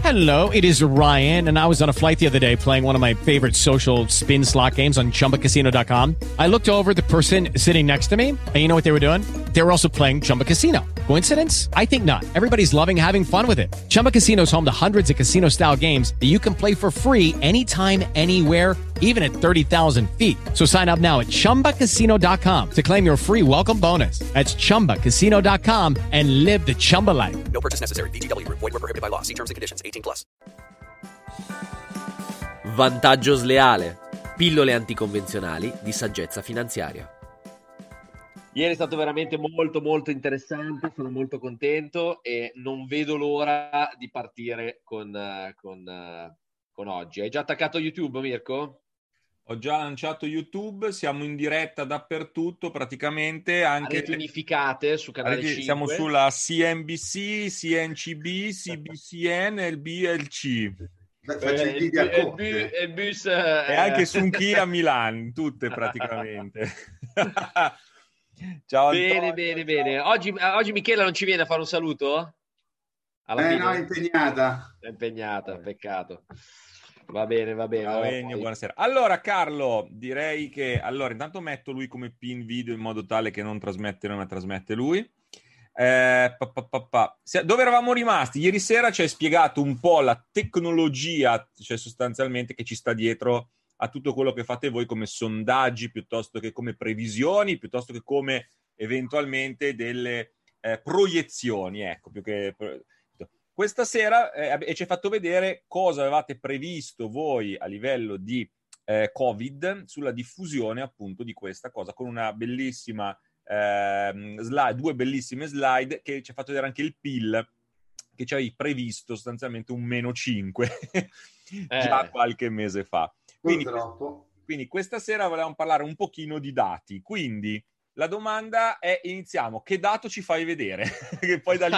Hello, it is Ryan, and I was on a flight the other day playing one of my favorite social spin slot games on ChumbaCasino.com. I looked over at the person sitting next to me, and you know what they were doing? They were also playing Chumba Casino. Coincidence? I think not. Everybody's loving having fun with it. Chumba Casino is home to hundreds of casino-style games that you can play for free anytime, anywhere, even at 30,000 feet. So sign up now at ChumbaCasino.com to claim your free welcome bonus. That's ChumbaCasino.com and live the Chumba life. No purchase necessary. VGW Group. Void where prohibited by law. See terms and conditions. 18+. Vantaggio sleale. Pillole anticonvenzionali di saggezza finanziaria. Ieri è stato veramente molto molto interessante, sono molto contento e non vedo l'ora di partire con oggi. Hai già attaccato YouTube, Mirko? Ho già lanciato YouTube, siamo in diretta dappertutto praticamente. Anche reti unificate su canale 5. Siamo sulla CNBC, CNCB, CBCN, il B e il C. Il bus, e anche su un Kia Milan, tutte praticamente. Ciao Antonio. Bene. Oggi Michela non ci viene a fare un saluto? No, è impegnata. È impegnata, peccato. Va bene. Buonasera. Allora, Carlo, direi che... Allora, intanto metto lui come pin video in modo tale che non trasmette noi, ma trasmette lui. Dove eravamo rimasti? Ieri sera ci hai spiegato un po' la tecnologia, cioè sostanzialmente che ci sta dietro a tutto quello che fate voi come sondaggi, piuttosto che come previsioni, piuttosto che come eventualmente delle proiezioni, ecco, più che... Questa sera ci hai fatto vedere cosa avevate previsto voi a livello di Covid sulla diffusione appunto di questa cosa, con una bellissima slide, due bellissime slide che ci ha fatto vedere anche il PIL che ci hai previsto sostanzialmente un -5 già qualche mese fa. Quindi questa sera volevamo parlare un pochino di dati, quindi la domanda è, iniziamo, che dato ci fai vedere? Che poi da lì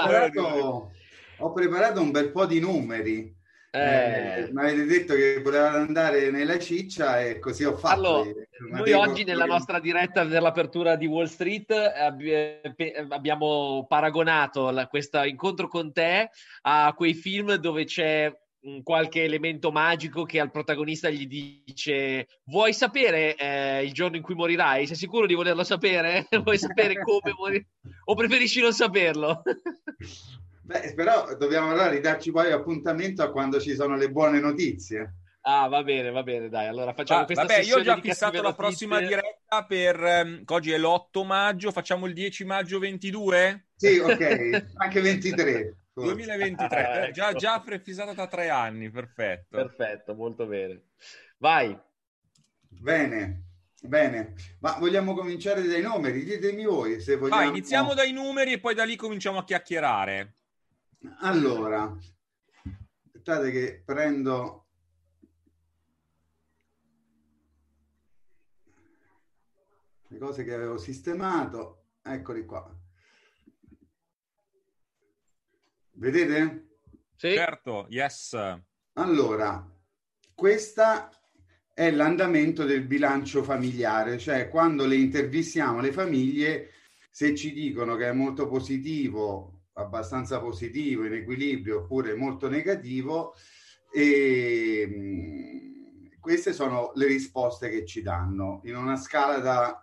ho preparato un bel po' di numeri. Mi avete detto che volevate andare nella ciccia e così ho fatto. Allora, noi oggi nella nostra diretta per l'apertura di Wall Street abbiamo paragonato questo incontro con te a quei film dove c'è qualche elemento magico che al protagonista gli dice: vuoi sapere il giorno in cui morirai? Sei sicuro di volerlo sapere? Vuoi sapere come morirai? O preferisci non saperlo? Beh, però dobbiamo allora ridarci poi appuntamento a quando ci sono le buone notizie. Ah, va bene, dai. Allora facciamo questa sessione. Io ho già fissato la prossima diretta per oggi è l'8 maggio, facciamo il 10 maggio 22? Sì, ok, anche 23. 2023, ecco. già prefissata da 3 anni, perfetto. Perfetto, molto bene. Vai. Bene, ma vogliamo cominciare dai numeri? Ditemi voi se vogliamo. Vai, iniziamo dai numeri e poi da lì cominciamo a chiacchierare. Allora, aspettate che prendo le cose che avevo sistemato, eccoli qua. Vedete? Sì. Certo, yes. Allora, questa è l'andamento del bilancio familiare, cioè quando le intervistiamo le famiglie, se ci dicono che è molto positivo, abbastanza positivo, in equilibrio, oppure molto negativo, e queste sono le risposte che ci danno in una scala da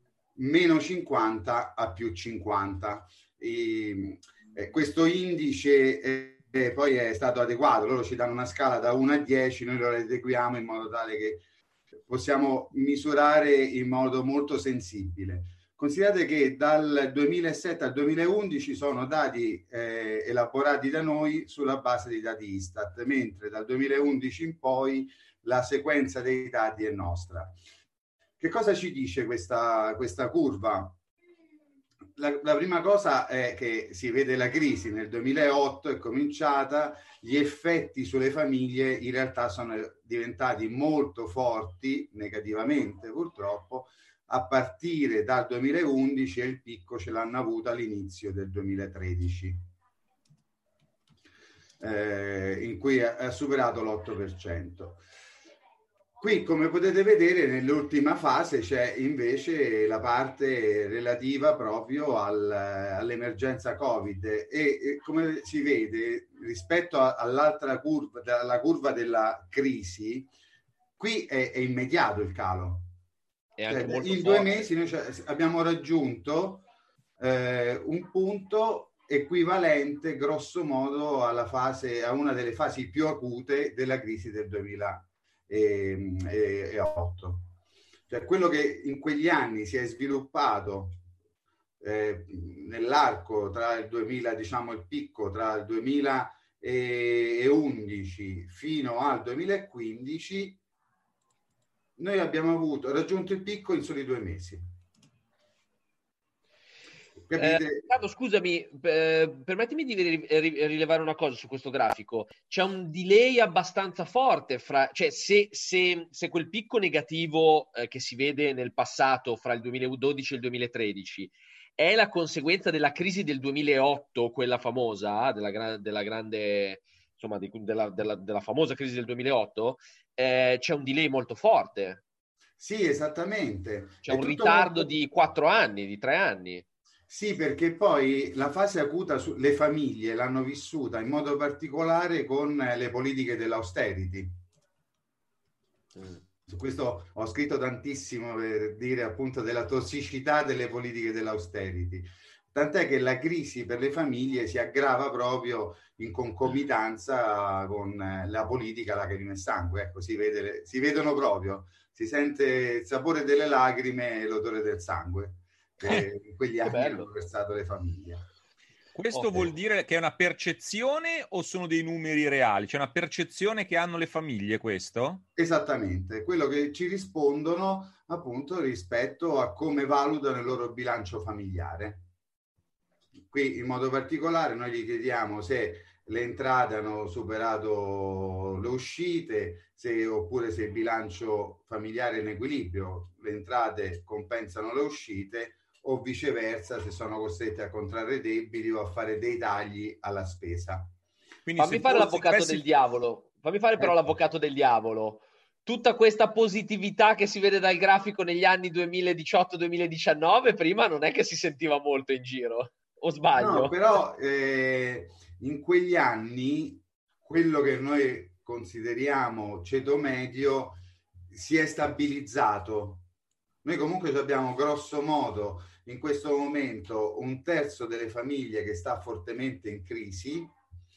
-50 a +50. Questo indice poi è stato adeguato, loro ci danno una scala da 1 a 10, noi lo adeguiamo in modo tale che possiamo misurare in modo molto sensibile. Considerate che dal 2007 al 2011 sono dati elaborati da noi sulla base dei dati Istat, mentre dal 2011 in poi la sequenza dei dati è nostra. Che cosa ci dice questa curva? La prima cosa è che si vede la crisi nel 2008, è cominciata, gli effetti sulle famiglie in realtà sono diventati molto forti, negativamente purtroppo, a partire dal 2011 e il picco ce l'hanno avuto all'inizio del 2013, in cui ha superato l'8%. Qui, come potete vedere, nell'ultima fase c'è invece la parte relativa proprio all'emergenza Covid e come si vede rispetto all'altra curva, alla curva della crisi, qui è immediato il calo. È anche molto in forte. 2 mesi noi abbiamo raggiunto un punto equivalente grosso modo a una delle fasi più acute della crisi del 2008. Cioè quello che in quegli anni si è sviluppato nell'arco tra il 2000, diciamo il picco tra il 2011 fino al 2015, noi abbiamo raggiunto il picco in soli 2 mesi. Riccardo, scusami, permettimi di rilevare una cosa su questo grafico. C'è un delay abbastanza forte cioè se quel picco negativo che si vede nel passato fra il 2012 e il 2013 è la conseguenza della crisi del 2008, quella famosa, della grande, insomma, della famosa crisi del 2008, c'è un delay molto forte. Sì, esattamente. C'è un ritardo di 4 anni, di 3 anni. Sì, perché poi la fase acuta le famiglie l'hanno vissuta in modo particolare con le politiche dell'austerity. Su questo ho scritto tantissimo per dire appunto della tossicità delle politiche dell'austerity. Tant'è che la crisi per le famiglie si aggrava proprio in concomitanza con la politica lacrime e sangue. Ecco, si vedono proprio, si sente il sapore delle lacrime e l'odore del sangue. Che in quegli anni hanno versato le famiglie. Questo vuol dire che è una percezione o sono dei numeri reali? C'è una percezione che hanno le famiglie, questo? Esattamente, quello che ci rispondono appunto rispetto a come valutano il loro bilancio familiare. Qui in modo particolare noi gli chiediamo se le entrate hanno superato le uscite, oppure se il bilancio familiare è in equilibrio, le entrate compensano le uscite, o viceversa se sono costretti a contrarre debiti o a fare dei tagli alla spesa. Quindi fammi fare l'avvocato del diavolo. Fammi fare però l'avvocato del diavolo. Tutta questa positività che si vede dal grafico negli anni 2018-2019 prima non è che si sentiva molto in giro, o sbaglio? No, però in quegli anni quello che noi consideriamo ceto medio si è stabilizzato. Noi comunque abbiamo grosso modo in questo momento 1/3 delle famiglie che sta fortemente in crisi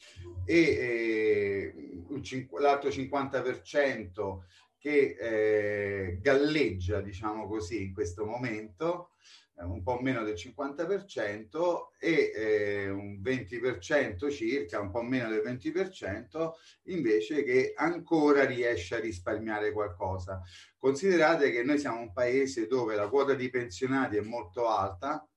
e l'altro 50% che galleggia, diciamo così, in questo momento, un po' meno del 50% e un 20% circa, un po' meno del 20% invece che ancora riesce a risparmiare qualcosa. Considerate che noi siamo un paese dove la quota di pensionati è molto alta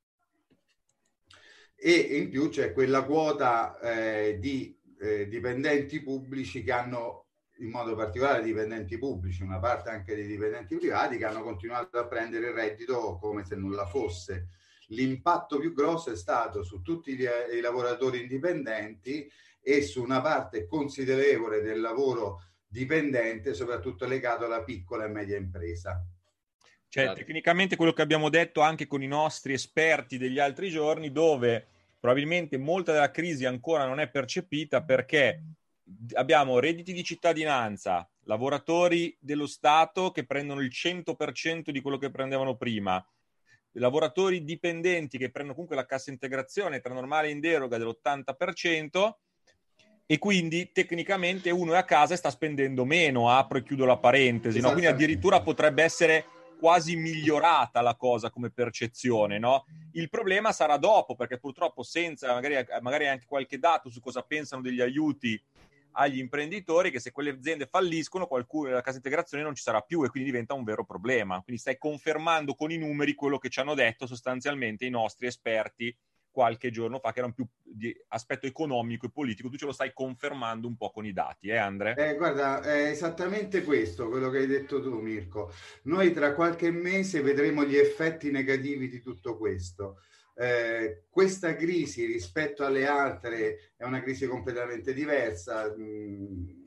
e in più c'è quella quota di dipendenti pubblici che hanno, in modo particolare dipendenti pubblici, una parte anche dei dipendenti privati, che hanno continuato a prendere il reddito come se nulla fosse. L'impatto più grosso è stato su tutti i lavoratori indipendenti e su una parte considerevole del lavoro dipendente, soprattutto legato alla piccola e media impresa. Cioè, tecnicamente quello che abbiamo detto anche con i nostri esperti degli altri giorni, dove probabilmente molta della crisi ancora non è percepita perché abbiamo redditi di cittadinanza, lavoratori dello Stato che prendono il 100% di quello che prendevano prima, lavoratori dipendenti che prendono comunque la cassa integrazione tra normale e in deroga dell'80%, e quindi tecnicamente uno è a casa e sta spendendo meno, apro e chiudo la parentesi, no? Quindi addirittura potrebbe essere quasi migliorata la cosa come percezione, no? Il problema sarà dopo, perché purtroppo senza magari anche qualche dato su cosa pensano degli aiuti agli imprenditori, che se quelle aziende falliscono qualcuno la cassa integrazione non ci sarà più e quindi diventa un vero problema. Quindi stai confermando con i numeri quello che ci hanno detto sostanzialmente i nostri esperti qualche giorno fa, che erano più di aspetto economico e politico. Tu ce lo stai confermando un po' con i dati, Andre? Guarda, è esattamente questo quello che hai detto tu, Mirko. Noi tra qualche mese vedremo gli effetti negativi di tutto questo. Questa crisi rispetto alle altre è una crisi completamente diversa.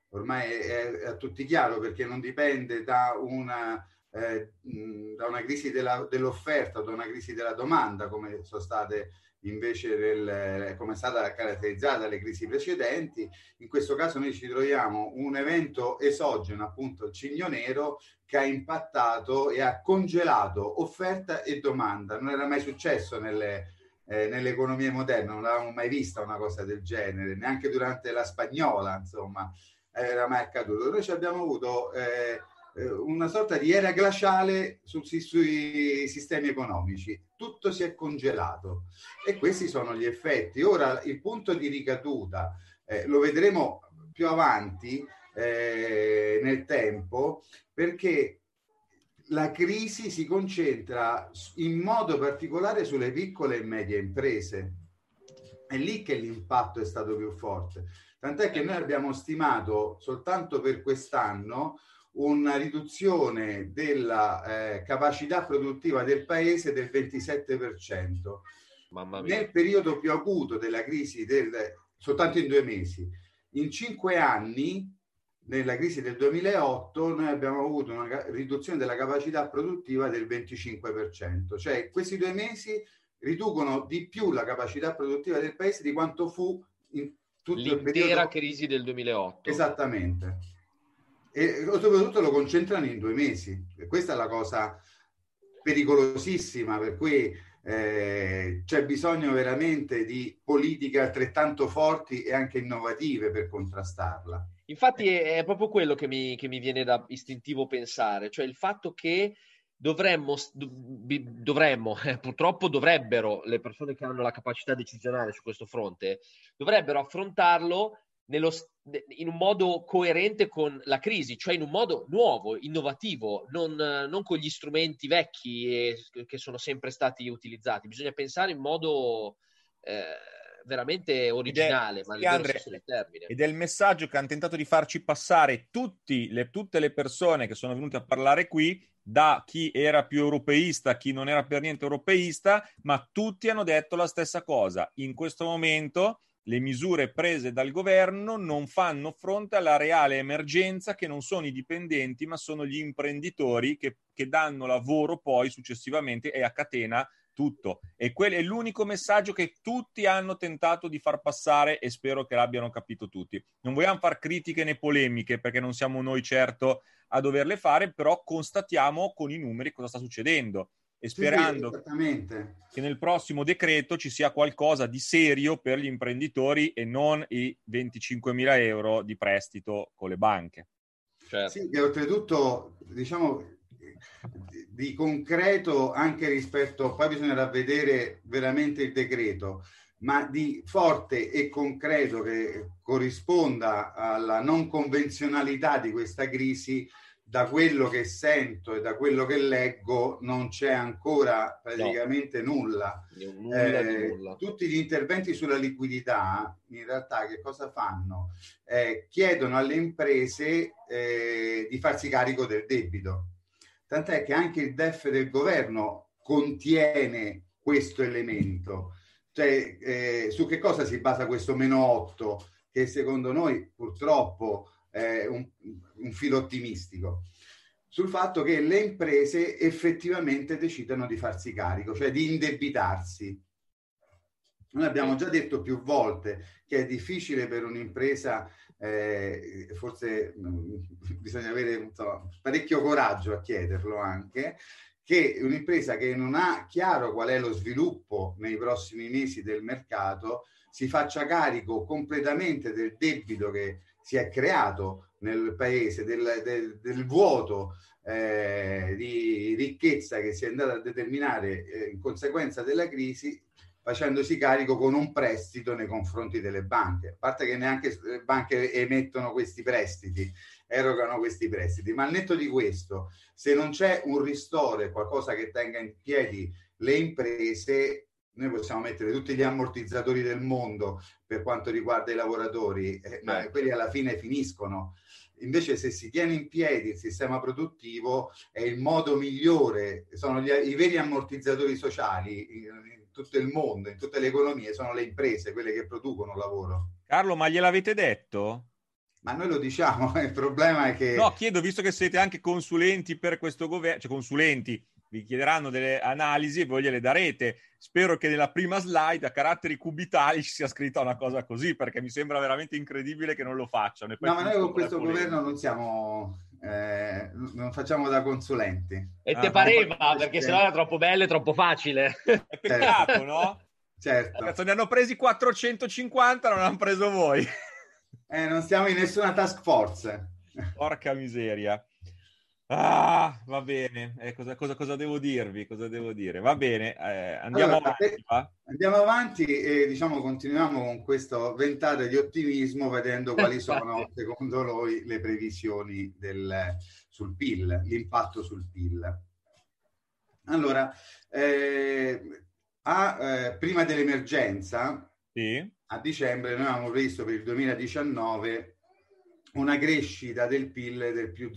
ormai è a tutti chiaro, perché non dipende da una crisi dell'offerta, da una crisi della domanda, come sono state invece come è stata caratterizzata le crisi precedenti. In questo caso noi ci troviamo un evento esogeno, appunto il Cigno Nero, che ha impattato e ha congelato offerta e domanda. Non era mai successo nelle economie moderne, non l'avevamo mai vista una cosa del genere, neanche durante la spagnola, insomma, era mai accaduto. Noi ci abbiamo avuto una sorta di era glaciale sui sistemi economici, tutto si è congelato e questi sono gli effetti. Ora il punto di ricaduta lo vedremo più avanti nel tempo, perché la crisi si concentra in modo particolare sulle piccole e medie imprese. È lì che l'impatto è stato più forte, tant'è che noi abbiamo stimato soltanto per quest'anno una riduzione della capacità produttiva del paese del 27%. Mamma mia. Nel periodo più acuto della crisi, soltanto in 2 mesi. In 5 anni, nella crisi del 2008, noi abbiamo avuto una riduzione della capacità produttiva del 25%. Cioè questi 2 mesi riducono di più la capacità produttiva del paese di quanto fu in tutto il periodo. L'intera crisi del 2008. Esattamente. E soprattutto lo concentrano in 2 mesi. E questa è la cosa pericolosissima, per cui c'è bisogno veramente di politiche altrettanto forti e anche innovative per contrastarla. Infatti è proprio quello che mi viene da istintivo pensare, cioè il fatto che purtroppo dovrebbero, le persone che hanno la capacità decisionale su questo fronte, dovrebbero affrontarlo in un modo coerente con la crisi, cioè in un modo nuovo, innovativo, non con gli strumenti vecchi che sono sempre stati utilizzati. Bisogna pensare in modo veramente originale, ma nel vero senso del termine. Ed è il messaggio che hanno tentato di farci passare tutte le persone che sono venute a parlare qui, da chi era più europeista, chi non era per niente europeista, ma tutti hanno detto la stessa cosa. In questo momento le misure prese dal governo non fanno fronte alla reale emergenza, che non sono i dipendenti, ma sono gli imprenditori che danno lavoro poi successivamente e a catena tutto. E quello è l'unico messaggio che tutti hanno tentato di far passare, e spero che l'abbiano capito tutti. Non vogliamo far critiche né polemiche, perché non siamo noi certo a doverle fare, però constatiamo con i numeri cosa sta succedendo. E sperando che nel prossimo decreto ci sia qualcosa di serio per gli imprenditori e non i 25.000 euro di prestito con le banche. Certo. Sì, che oltretutto, diciamo, di concreto anche rispetto, poi bisognerà vedere veramente il decreto, ma di forte e concreto che corrisponda alla non convenzionalità di questa crisi. Da quello che sento e da quello che leggo non c'è ancora praticamente nulla. Nulla. Tutti gli interventi sulla liquidità in realtà che cosa fanno? Chiedono alle imprese di farsi carico del debito. Tant'è che anche il DEF del governo contiene questo elemento. Cioè, su che cosa si basa questo -8 che secondo noi purtroppo un filo ottimistico? Sul fatto che le imprese effettivamente decidano di farsi carico, cioè di indebitarsi. Noi abbiamo già detto più volte che è difficile per un'impresa, forse bisogna avere parecchio coraggio a chiederlo anche, che un'impresa che non ha chiaro qual è lo sviluppo nei prossimi mesi del mercato si faccia carico completamente del debito che si è creato nel paese, del vuoto di ricchezza che si è andato a determinare in conseguenza della crisi, facendosi carico con un prestito nei confronti delle banche. A parte che neanche le banche emettono questi prestiti, erogano questi prestiti, ma al netto di questo, se non c'è un ristoro, qualcosa che tenga in piedi le imprese, noi possiamo mettere tutti gli ammortizzatori del mondo per quanto riguarda i lavoratori, ma quelli alla fine finiscono. Invece se si tiene in piedi il sistema produttivo è il modo migliore, sono i veri ammortizzatori sociali in tutto il mondo, in tutte le economie, sono le imprese, quelle che producono lavoro. Carlo, ma gliel'avete detto? Ma noi lo diciamo, il problema è che... No, chiedo, visto che siete anche consulenti per questo governo, cioè consulenti, vi chiederanno delle analisi e voi gliele darete. Spero che nella prima slide a caratteri cubitali ci sia scritta una cosa così, perché mi sembra veramente incredibile che non lo facciano. No, ma noi con questo governo non siamo... non facciamo da consulenti. E te pareva, perché sennò era troppo bello e troppo facile. È peccato, no? Certo. Cazzo, ne hanno presi 450, non hanno preso voi. Non stiamo in nessuna task force. Porca miseria. Ah, va bene. Cosa devo dirvi? Cosa devo dire? Va bene, andiamo avanti. Andiamo avanti e diciamo continuiamo con questa ventata di ottimismo, vedendo quali sono secondo noi le previsioni sul PIL, l'impatto sul PIL. Allora, prima dell'emergenza, sì, a dicembre noi avevamo previsto per il 2019 una crescita del PIL del più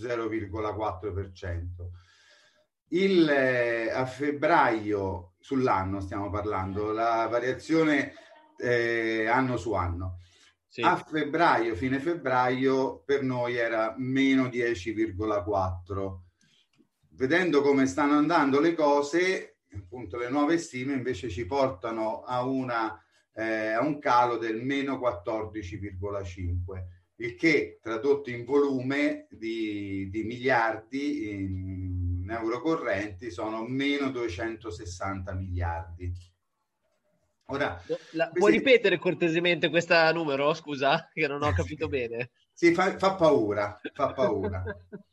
0,4%. A febbraio, sull'anno stiamo parlando, la variazione anno su anno. Sì. A febbraio, fine febbraio, per noi era meno 10,4%. Vedendo come stanno andando le cose, appunto le nuove stime invece ci portano a un calo del meno 14,5%. Il che tradotto in volume di miliardi in euro correnti sono meno 260 miliardi. Ora, puoi ripetere cortesemente questo numero? Scusa, che non ho capito bene. Sì, fa paura, fa paura.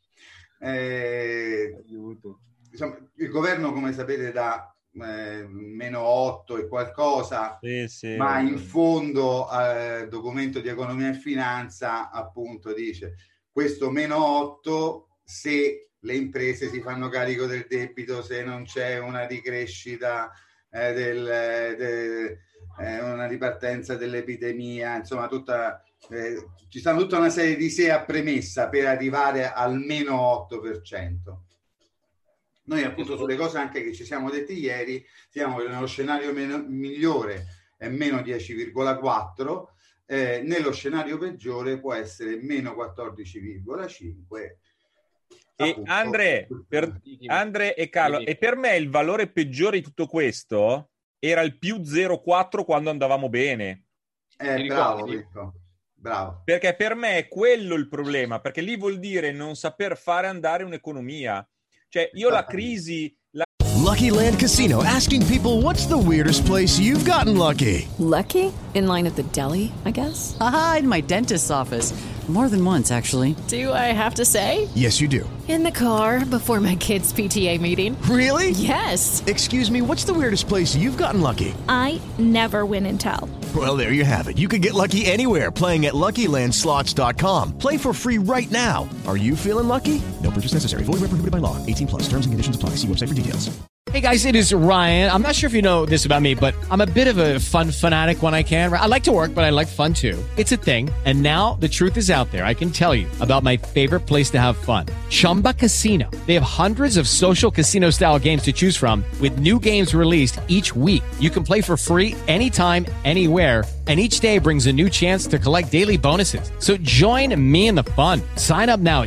Diciamo, il governo, come sapete, dà meno 8 e qualcosa, sì, ma in fondo al documento di economia e finanza appunto dice questo meno 8 se le imprese si fanno carico del debito, se non c'è una ricrescita una ripartenza dell'epidemia, insomma ci stanno tutta una serie di se a premessa per arrivare al meno 8%. Noi appunto sulle cose anche che ci siamo detti ieri, siamo nello scenario migliore è meno 10,4, nello scenario peggiore può essere meno 14,5. E Andre e Carlo, e per me il valore peggiore di tutto questo era il più 0,4 quando andavamo bene. Bravo. Perché per me è quello il problema, perché lì vuol dire non saper fare andare un'economia. Cioè, io la crisi... Lucky Land Casino, asking people, what's the weirdest place you've gotten lucky? Lucky? In line at the deli, I guess? Aha, in my dentist's office. More than once, actually. Do I have to say? Yes, you do. In the car before my kids' PTA meeting. Really? Yes. Excuse me, what's the weirdest place you've gotten lucky? I never win and tell. Well, there you have it. You can get lucky anywhere, playing at LuckyLandSlots.com. Play for free right now. Are you feeling lucky? No purchase necessary. Void where prohibited by law. 18+. Terms and conditions apply. See website for details. Hey guys, it is Ryan. I'm not sure if you know this about me, but I'm a bit of a fun fanatic when I can. I like to work, but I like fun too. It's a thing. And now the truth is out there. I can tell you about my favorite place to have fun. Chumba Casino. They have hundreds of social casino style games to choose from with new games released each week. You can play for free anytime, anywhere. And each day brings a new chance to collect daily bonuses. So join me in the fun. Sign up now at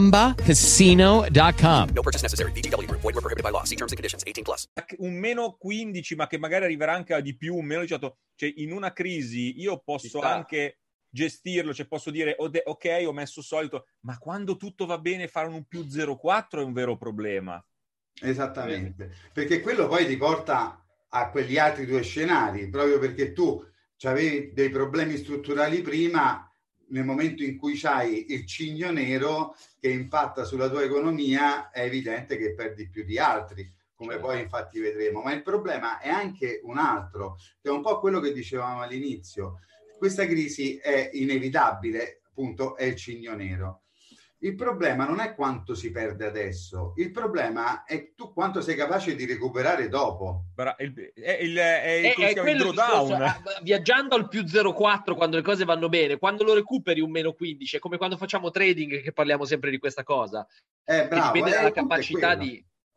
ChumbaCasino.com. No purchase necessary. VGW. Void where prohibited by law. See terms and conditions. 18+. Un meno 15, ma che magari arriverà anche a di più, un meno 18. Cioè, in una crisi io posso anche gestirlo, cioè posso dire, ok, ho messo solito, ma quando tutto va bene fare un più 0,4 è un vero problema. Esattamente, perché quello poi ti porta a quegli altri due scenari, proprio perché tu avevi dei problemi strutturali prima, nel momento in cui c'hai il cigno nero che impatta sulla tua economia è evidente che perdi più di altri, come poi infatti vedremo. Ma il problema è anche un altro, che è un po' quello che dicevamo all'inizio. Questa crisi è inevitabile, appunto, è il cigno nero. Il problema non è quanto si perde adesso, il problema è tu quanto sei capace di recuperare dopo. È il drawdown. Viaggiando al più 0,4 quando le cose vanno bene, quando lo recuperi un meno 15, è come quando facciamo trading che parliamo sempre di questa cosa. Bravo, dipende dalla capacità di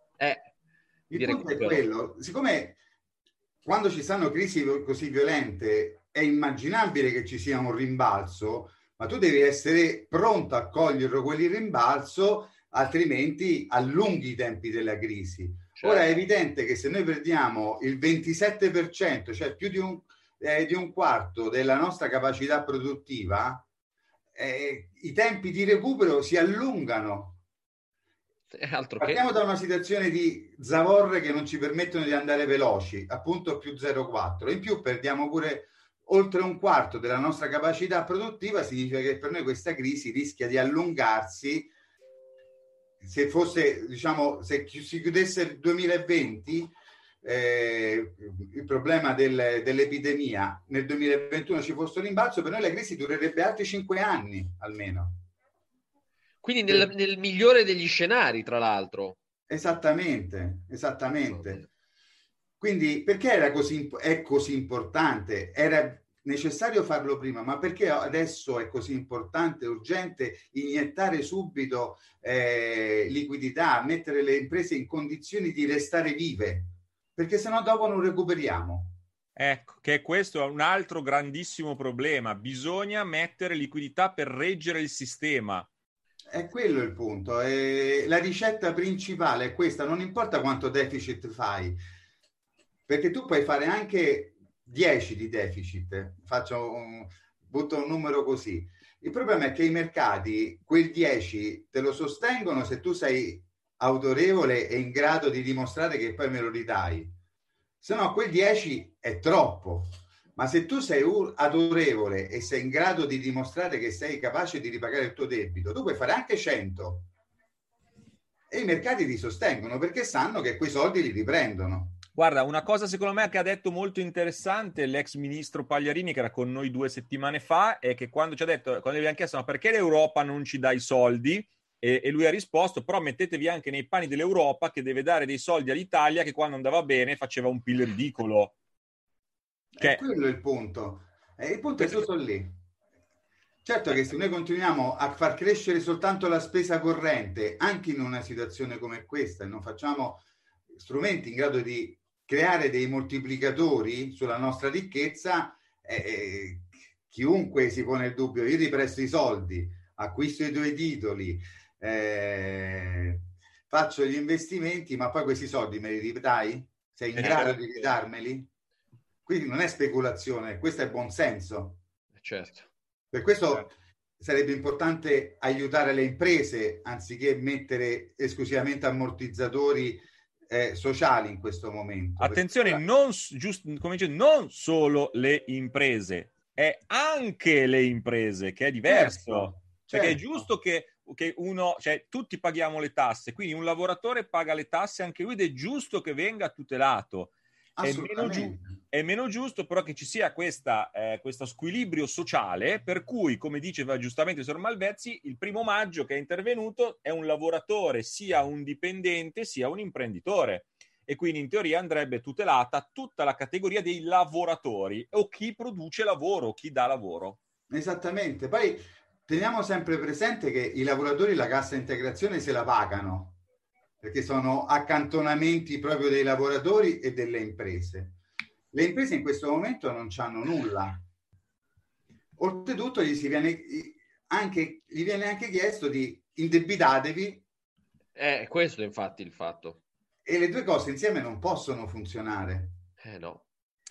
punto è quello. Siccome quando ci stanno crisi così violente è immaginabile che ci sia un rimbalzo, ma tu devi essere pronto a cogliere quel rimbalzo, altrimenti allunghi i tempi della crisi. Certo. Ora è evidente che se noi perdiamo il 27%, cioè più di un quarto della nostra capacità produttiva, i tempi di recupero si allungano. Partiamo da una situazione di zavorre che non ci permettono di andare veloci, appunto più 0,4. In più perdiamo pure oltre un quarto della nostra capacità produttiva, significa che per noi questa crisi rischia di allungarsi. Se fosse, diciamo, se si chiudesse il 2020, il problema dell'epidemia, nel 2021 ci fosse un rimbalzo, per noi la crisi durerebbe altri 5 anni almeno. Quindi nel migliore degli scenari, tra l'altro. Esattamente. Quindi perché è così importante? Era necessario farlo prima, ma perché adesso è così importante, urgente iniettare subito liquidità, mettere le imprese in condizioni di restare vive, perché sennò dopo non recuperiamo. Ecco, che questo è un altro grandissimo problema. Bisogna mettere liquidità per reggere il sistema. È quello il punto. La ricetta principale è questa, non importa quanto deficit fai, perché tu puoi fare anche 10 di deficit, butto un numero così. Il problema è che i mercati quel 10 te lo sostengono se tu sei autorevole e in grado di dimostrare che poi me lo ridai. Se no quel 10 è troppo. Ma se tu sei autorevole e sei in grado di dimostrare che sei capace di ripagare il tuo debito, tu puoi fare anche 100. E i mercati ti sostengono perché sanno che quei soldi li riprendono. Guarda, una cosa secondo me che ha detto molto interessante l'ex ministro Pagliarini, che era con noi 2 settimane fa, è che quando gli abbiamo chiesto ma perché l'Europa non ci dà i soldi, e lui ha risposto però mettetevi anche nei panni dell'Europa che deve dare dei soldi all'Italia che quando andava bene faceva un PIL ridicolo. Quello è il punto. Il punto è tutto lì. Certo che se noi continuiamo a far crescere soltanto la spesa corrente, anche in una situazione come questa, e non facciamo strumenti in grado di creare dei moltiplicatori sulla nostra ricchezza, chiunque si pone il dubbio, io ti presto i soldi, acquisto i tuoi titoli, faccio gli investimenti, ma poi questi soldi me li ridai? Sei in grado di ridarmeli? Quindi non è speculazione, questo è buonsenso. Certo. Per questo sarebbe importante aiutare le imprese anziché mettere esclusivamente ammortizzatori sociali in questo momento. Attenzione, non solo le imprese, è anche le imprese, che è diverso. Perché è giusto che uno, cioè tutti paghiamo le tasse, quindi un lavoratore paga le tasse anche lui ed è giusto che venga tutelato. È meno giusto però che ci sia questo squilibrio sociale per cui, come diceva giustamente il signor Malvezzi, il 1° maggio che è intervenuto è un lavoratore, sia un dipendente sia un imprenditore, e quindi in teoria andrebbe tutelata tutta la categoria dei lavoratori o chi produce lavoro, chi dà lavoro. Esattamente. Poi teniamo sempre presente che i lavoratori la cassa integrazione se la pagano, perché sono accantonamenti proprio dei lavoratori e delle imprese. Le imprese in questo momento non c'hanno nulla. Oltretutto gli viene anche chiesto di indebitatevi. Questo è infatti il fatto. E le due cose insieme non possono funzionare. No.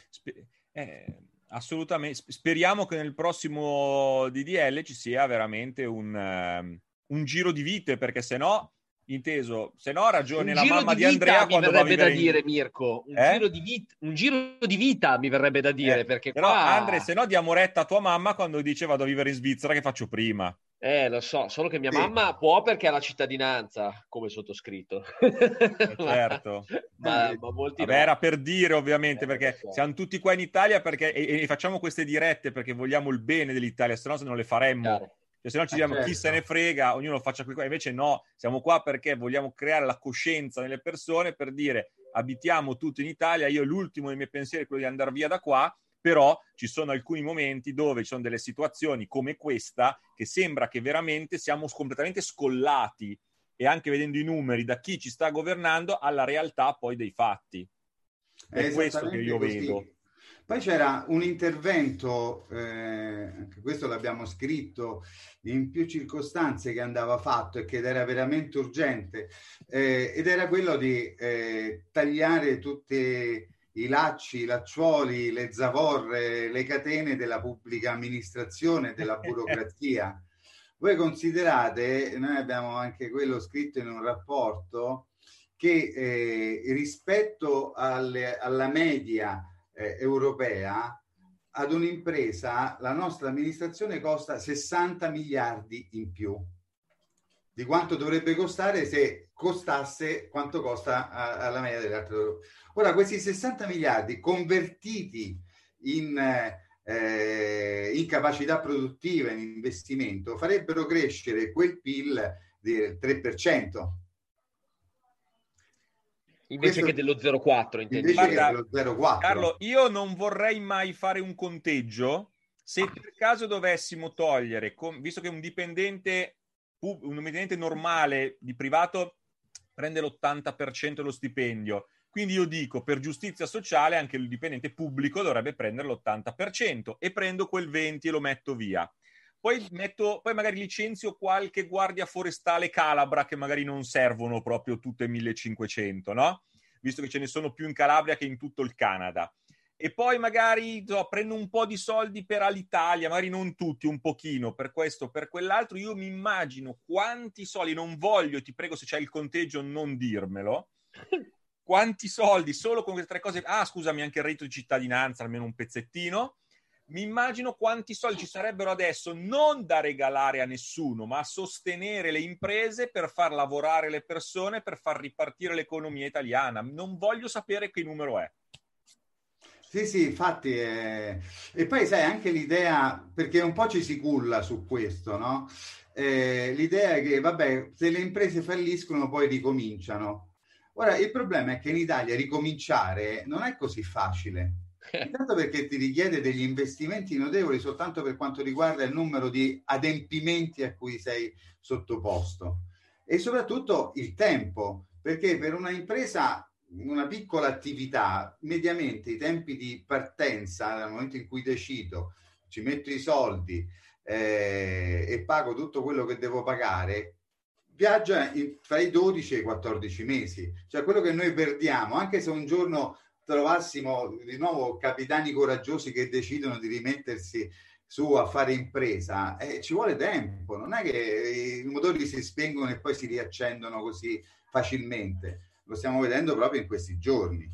Assolutamente. Speriamo che nel prossimo DDL ci sia veramente un giro di vite, perché se no... Inteso, se no ha ragione la mamma di Andrea quando va a vivere da dire, Mirko, un giro di vita mi verrebbe da dire, perché però qua... Andre, se no diamo retta a tua mamma quando dice vado a vivere in Svizzera, che faccio prima. Lo so, solo che mia mamma può perché ha la cittadinanza, come sottoscritto. Certo. ma molti Vabbè, era per dire ovviamente, perché siamo tutti qua in Italia perché e facciamo queste dirette perché vogliamo il bene dell'Italia, se no non le faremmo. Chiaro. Se no ci diciamo chi se ne frega, ognuno faccia qui qua. Invece no, siamo qua perché vogliamo creare la coscienza nelle persone per dire abitiamo tutti in Italia, io l'ultimo dei miei pensieri è quello di andare via da qua, però ci sono alcuni momenti dove ci sono delle situazioni come questa che sembra che veramente siamo completamente scollati, e anche vedendo i numeri da chi ci sta governando alla realtà poi dei fatti. È questo che io vedo. Poi c'era un intervento, anche questo l'abbiamo scritto in più circostanze, che andava fatto e che era veramente urgente, ed era quello di tagliare tutti i lacci, i lacciuoli, le zavorre, le catene della pubblica amministrazione, della burocrazia. Voi considerate, noi abbiamo anche quello scritto in un rapporto, che rispetto alla media europea, ad un'impresa la nostra amministrazione costa 60 miliardi in più di quanto dovrebbe costare se costasse quanto costa alla media delle altre Europee. Ora, questi 60 miliardi convertiti in capacità produttiva, in investimento, farebbero crescere quel PIL del 3%. Invece che dello 0,4, intendi? Guarda, dello 0,4. Carlo, io non vorrei mai fare un conteggio se per caso dovessimo togliere, visto che un dipendente normale di privato prende l'80% dello stipendio, quindi io dico, per giustizia sociale anche il dipendente pubblico dovrebbe prendere l'80% e prendo quel 20% e lo metto via. Poi magari licenzio qualche guardia forestale calabra che magari non servono proprio tutte 1500, no? Visto che ce ne sono più in Calabria che in tutto il Canada. E poi magari prendo un po' di soldi per Alitalia, magari non tutti, un pochino, per questo, per quell'altro. Io mi immagino quanti soldi, non voglio, ti prego, se c'è il conteggio non dirmelo, quanti soldi solo con queste tre cose, scusami, anche il reddito di cittadinanza, almeno un pezzettino. Mi immagino quanti soldi ci sarebbero adesso non da regalare a nessuno, ma a sostenere le imprese per far lavorare le persone, per far ripartire l'economia italiana. Non voglio sapere che numero è. Sì, infatti. E poi sai anche l'idea, perché un po' ci si culla su questo, no? L'idea è che, vabbè, se le imprese falliscono poi ricominciano. Ora, il problema è che in Italia ricominciare non è così facile. Intanto perché ti richiede degli investimenti notevoli soltanto per quanto riguarda il numero di adempimenti a cui sei sottoposto, e soprattutto il tempo, perché per una impresa, una piccola attività, mediamente i tempi di partenza, dal momento in cui decido, ci metto i soldi e pago tutto quello che devo pagare, viaggia tra i 12 e i 14 mesi. Cioè quello che noi perdiamo, anche se un giorno trovassimo di nuovo capitani coraggiosi che decidono di rimettersi su a fare impresa, ci vuole tempo, non è che i motori si spengono e poi si riaccendono così facilmente, lo stiamo vedendo proprio in questi giorni.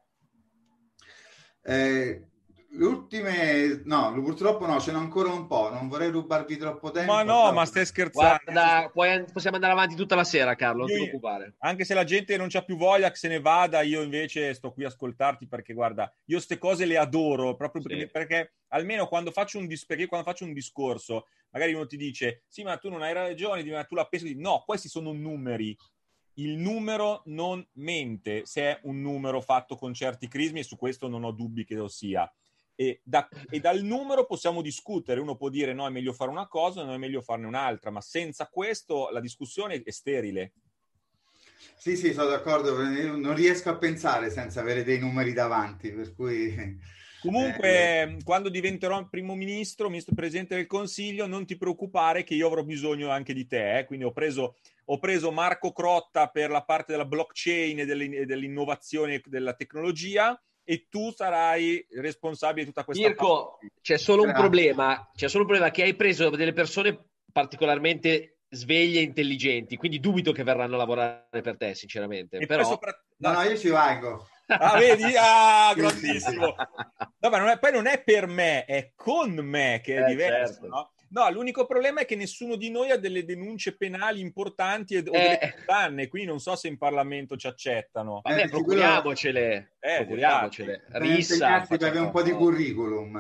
Purtroppo no, ce n'è ancora un po', non vorrei rubarvi troppo tempo. Ma no, ma stai scherzando. Guarda, possiamo andare avanti tutta la sera, Carlo, non ti preoccupare. Anche se la gente non c'ha più voglia che se ne vada, io invece sto qui a ascoltarti, perché guarda, io ste cose le adoro, proprio perché almeno quando faccio un discorso, magari uno ti dice, sì, ma tu non hai ragione, ma tu la pensi, no, questi sono numeri. Il numero non mente, se è un numero fatto con certi crismi, e su questo non ho dubbi che lo sia. E dal numero possiamo discutere, uno può dire no, è meglio fare una cosa, no, è meglio farne un'altra, ma senza questo la discussione è sterile. Sì, sono d'accordo, non riesco a pensare senza avere dei numeri davanti, per cui... Comunque, quando diventerò primo ministro presidente del Consiglio, non ti preoccupare che io avrò bisogno anche di te, quindi ho preso Marco Crotta per la parte della blockchain e dell'innovazione della tecnologia, e tu sarai responsabile di tutta questa Mirko, c'è solo un problema che hai preso delle persone particolarmente sveglie e intelligenti, quindi dubito che verranno a lavorare per te, sinceramente. Però... No, io ci vengo. Vedi? Grandissimo. No, ma non è per me, è con me che è diverso, certo. No? No, l'unico problema è che nessuno di noi ha delle denunce penali importanti o delle condanne, quindi non so se in Parlamento ci accettano. Vabbè, procuriamocele. Rissa. Perché un po' di curriculum.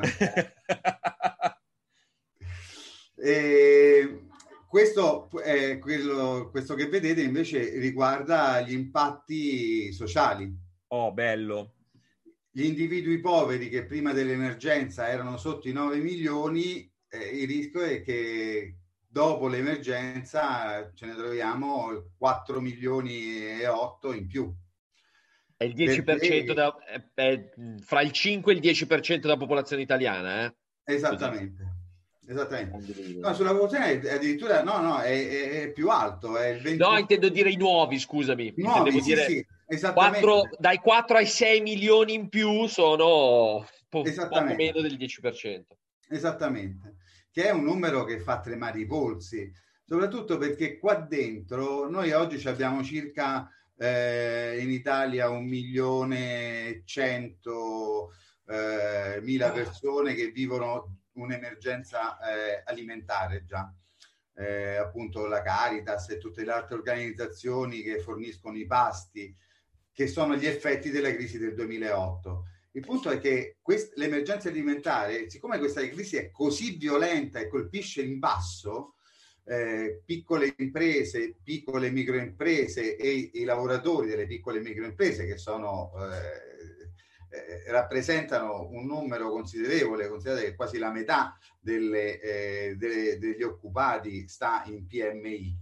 Questo che vedete invece riguarda gli impatti sociali. Oh, bello. Gli individui poveri che prima dell'emergenza erano sotto i 9 milioni, il rischio è che dopo l'emergenza ce ne troviamo 4 milioni e 8 in più. È il 10% è fra il 5 e il 10% della popolazione italiana, eh? Esattamente. No, sulla popolazione addirittura è più alto, è il 20... No, intendo dire i nuovi, scusami. Nuovi, sì, esattamente. Dai 4 ai 6 milioni in più sono poco meno del 10%. Esattamente, che è un numero che fa tremare i polsi, soprattutto perché qua dentro noi oggi abbiamo circa in Italia 1.100.000 persone che vivono un'emergenza alimentare già. Appunto la Caritas e tutte le altre organizzazioni che forniscono i pasti, che sono gli effetti della crisi del 2008. Il punto è che l'emergenza alimentare, siccome questa crisi è così violenta e colpisce in basso piccole imprese, piccole microimprese e i lavoratori delle piccole microimprese, che sono rappresentano un numero considerevole, considerate che quasi la metà degli occupati sta in PMI.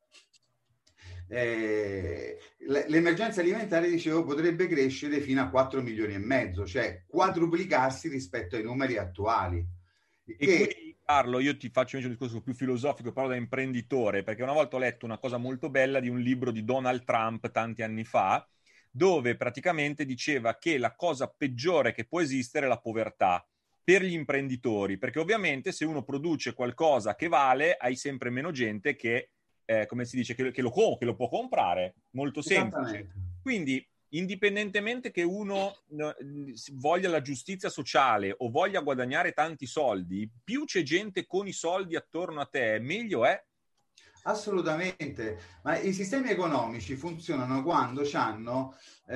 L'emergenza alimentare, dicevo, potrebbe crescere fino a 4 milioni e mezzo, cioè quadruplicarsi rispetto ai numeri attuali. Qui, Carlo, io ti faccio invece un discorso più filosofico, però da imprenditore, perché una volta ho letto una cosa molto bella di un libro di Donald Trump tanti anni fa, dove praticamente diceva che la cosa peggiore che può esistere è la povertà per gli imprenditori, perché ovviamente se uno produce qualcosa che vale, hai sempre meno gente che come si dice, che lo può comprare, molto semplice. Quindi, indipendentemente che uno voglia la giustizia sociale o voglia guadagnare tanti soldi, più c'è gente con i soldi attorno a te, meglio è. Assolutamente, ma i sistemi economici funzionano quando hanno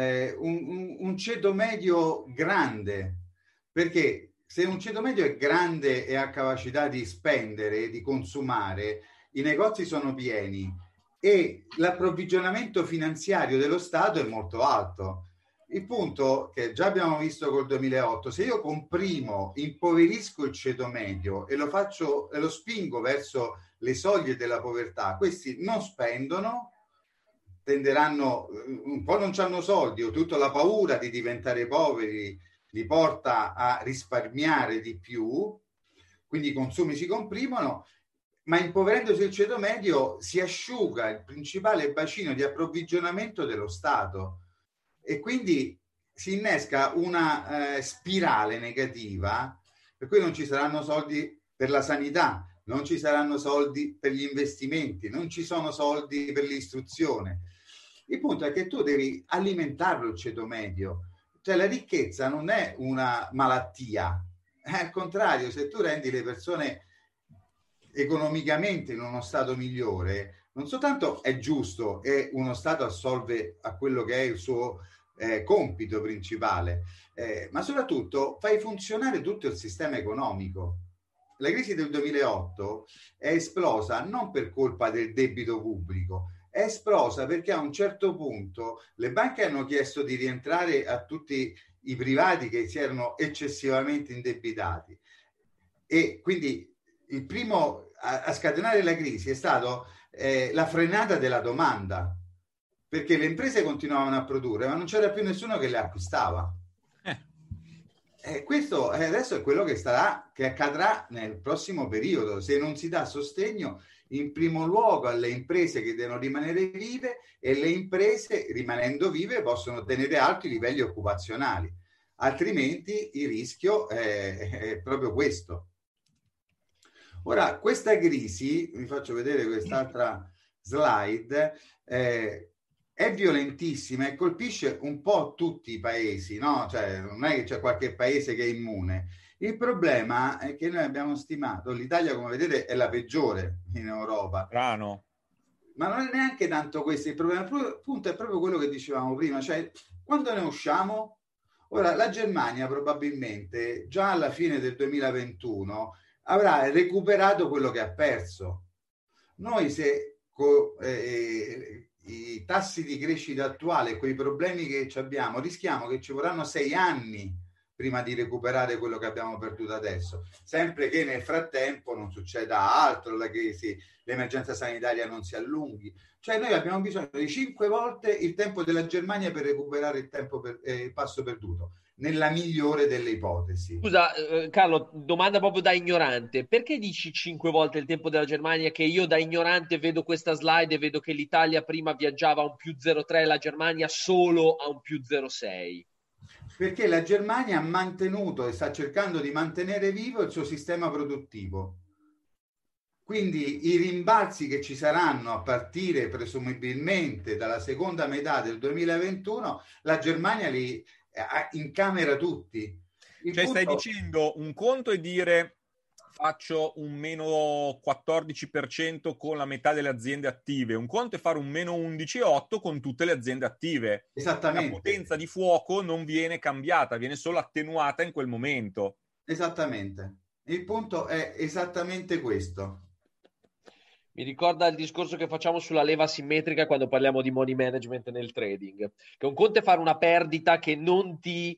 un ceto medio grande, perché se un ceto medio è grande e ha capacità di spendere, di consumare, i negozi sono pieni e l'approvvigionamento finanziario dello Stato è molto alto. Il punto che già abbiamo visto col 2008, se io comprimo, impoverisco il ceto medio e lo spingo verso le soglie della povertà, questi non spendono, tenderanno, un po' non hanno soldi o tutta la paura di diventare poveri li porta a risparmiare di più, quindi i consumi si comprimono, ma impoverendosi il ceto medio si asciuga il principale bacino di approvvigionamento dello Stato e quindi si innesca una spirale negativa, per cui non ci saranno soldi per la sanità, non ci saranno soldi per gli investimenti, non ci sono soldi per l'istruzione. Il punto è che tu devi alimentarlo il ceto medio, cioè la ricchezza non è una malattia, al contrario, se tu rendi le persone economicamente in uno stato migliore, non soltanto è giusto e uno Stato assolve a quello che è il suo compito principale, ma soprattutto fai funzionare tutto il sistema economico. La crisi del 2008 è esplosa non per colpa del debito pubblico, è esplosa perché a un certo punto le banche hanno chiesto di rientrare a tutti i privati che si erano eccessivamente indebitati e quindi il primo a scatenare la crisi è stato la frenata della domanda, perché le imprese continuavano a produrre ma non c'era più nessuno che le acquistava. Questo adesso è quello che accadrà nel prossimo periodo se non si dà sostegno in primo luogo alle imprese che devono rimanere vive, e le imprese rimanendo vive possono tenere alti i livelli occupazionali, altrimenti il rischio è proprio questo. Ora, questa crisi, vi faccio vedere quest'altra slide, è violentissima e colpisce un po' tutti i paesi, no? Cioè, non è che c'è qualche paese che è immune. Il problema è che noi abbiamo stimato, l'Italia come vedete è la peggiore in Europa. Strano. Ma non è neanche tanto questo, il problema, appunto, è proprio quello che dicevamo prima, cioè quando ne usciamo? Ora, la Germania probabilmente già alla fine del 2021 avrà recuperato quello che ha perso. Noi se i tassi di crescita attuali e quei problemi che abbiamo, rischiamo che ci vorranno 6 anni prima di recuperare quello che abbiamo perduto adesso, sempre che nel frattempo non succeda altro, la crisi, l'emergenza sanitaria non si allunghi. Cioè noi abbiamo bisogno di 5 volte il tempo della Germania per recuperare il passo perduto, nella migliore delle ipotesi. Scusa, Carlo, domanda proprio da ignorante. Perché dici 5 volte il tempo della Germania, che io da ignorante vedo questa slide e vedo che l'Italia prima viaggiava a un più 0,3 e la Germania solo a un più 0,6? Perché la Germania ha mantenuto e sta cercando di mantenere vivo il suo sistema produttivo. Quindi i rimbalzi che ci saranno a partire presumibilmente dalla seconda metà del 2021, la Germania li incamera tutti. Stai dicendo, un conto è dire faccio un meno 14% con la metà delle aziende attive, un conto è fare un meno 11,8% con tutte le aziende attive. Esattamente. La potenza di fuoco non viene cambiata, viene solo attenuata in quel momento. Esattamente. Il punto è esattamente questo. Mi ricorda il discorso che facciamo sulla leva simmetrica quando parliamo di money management nel trading, che un conto è fare una perdita che non ti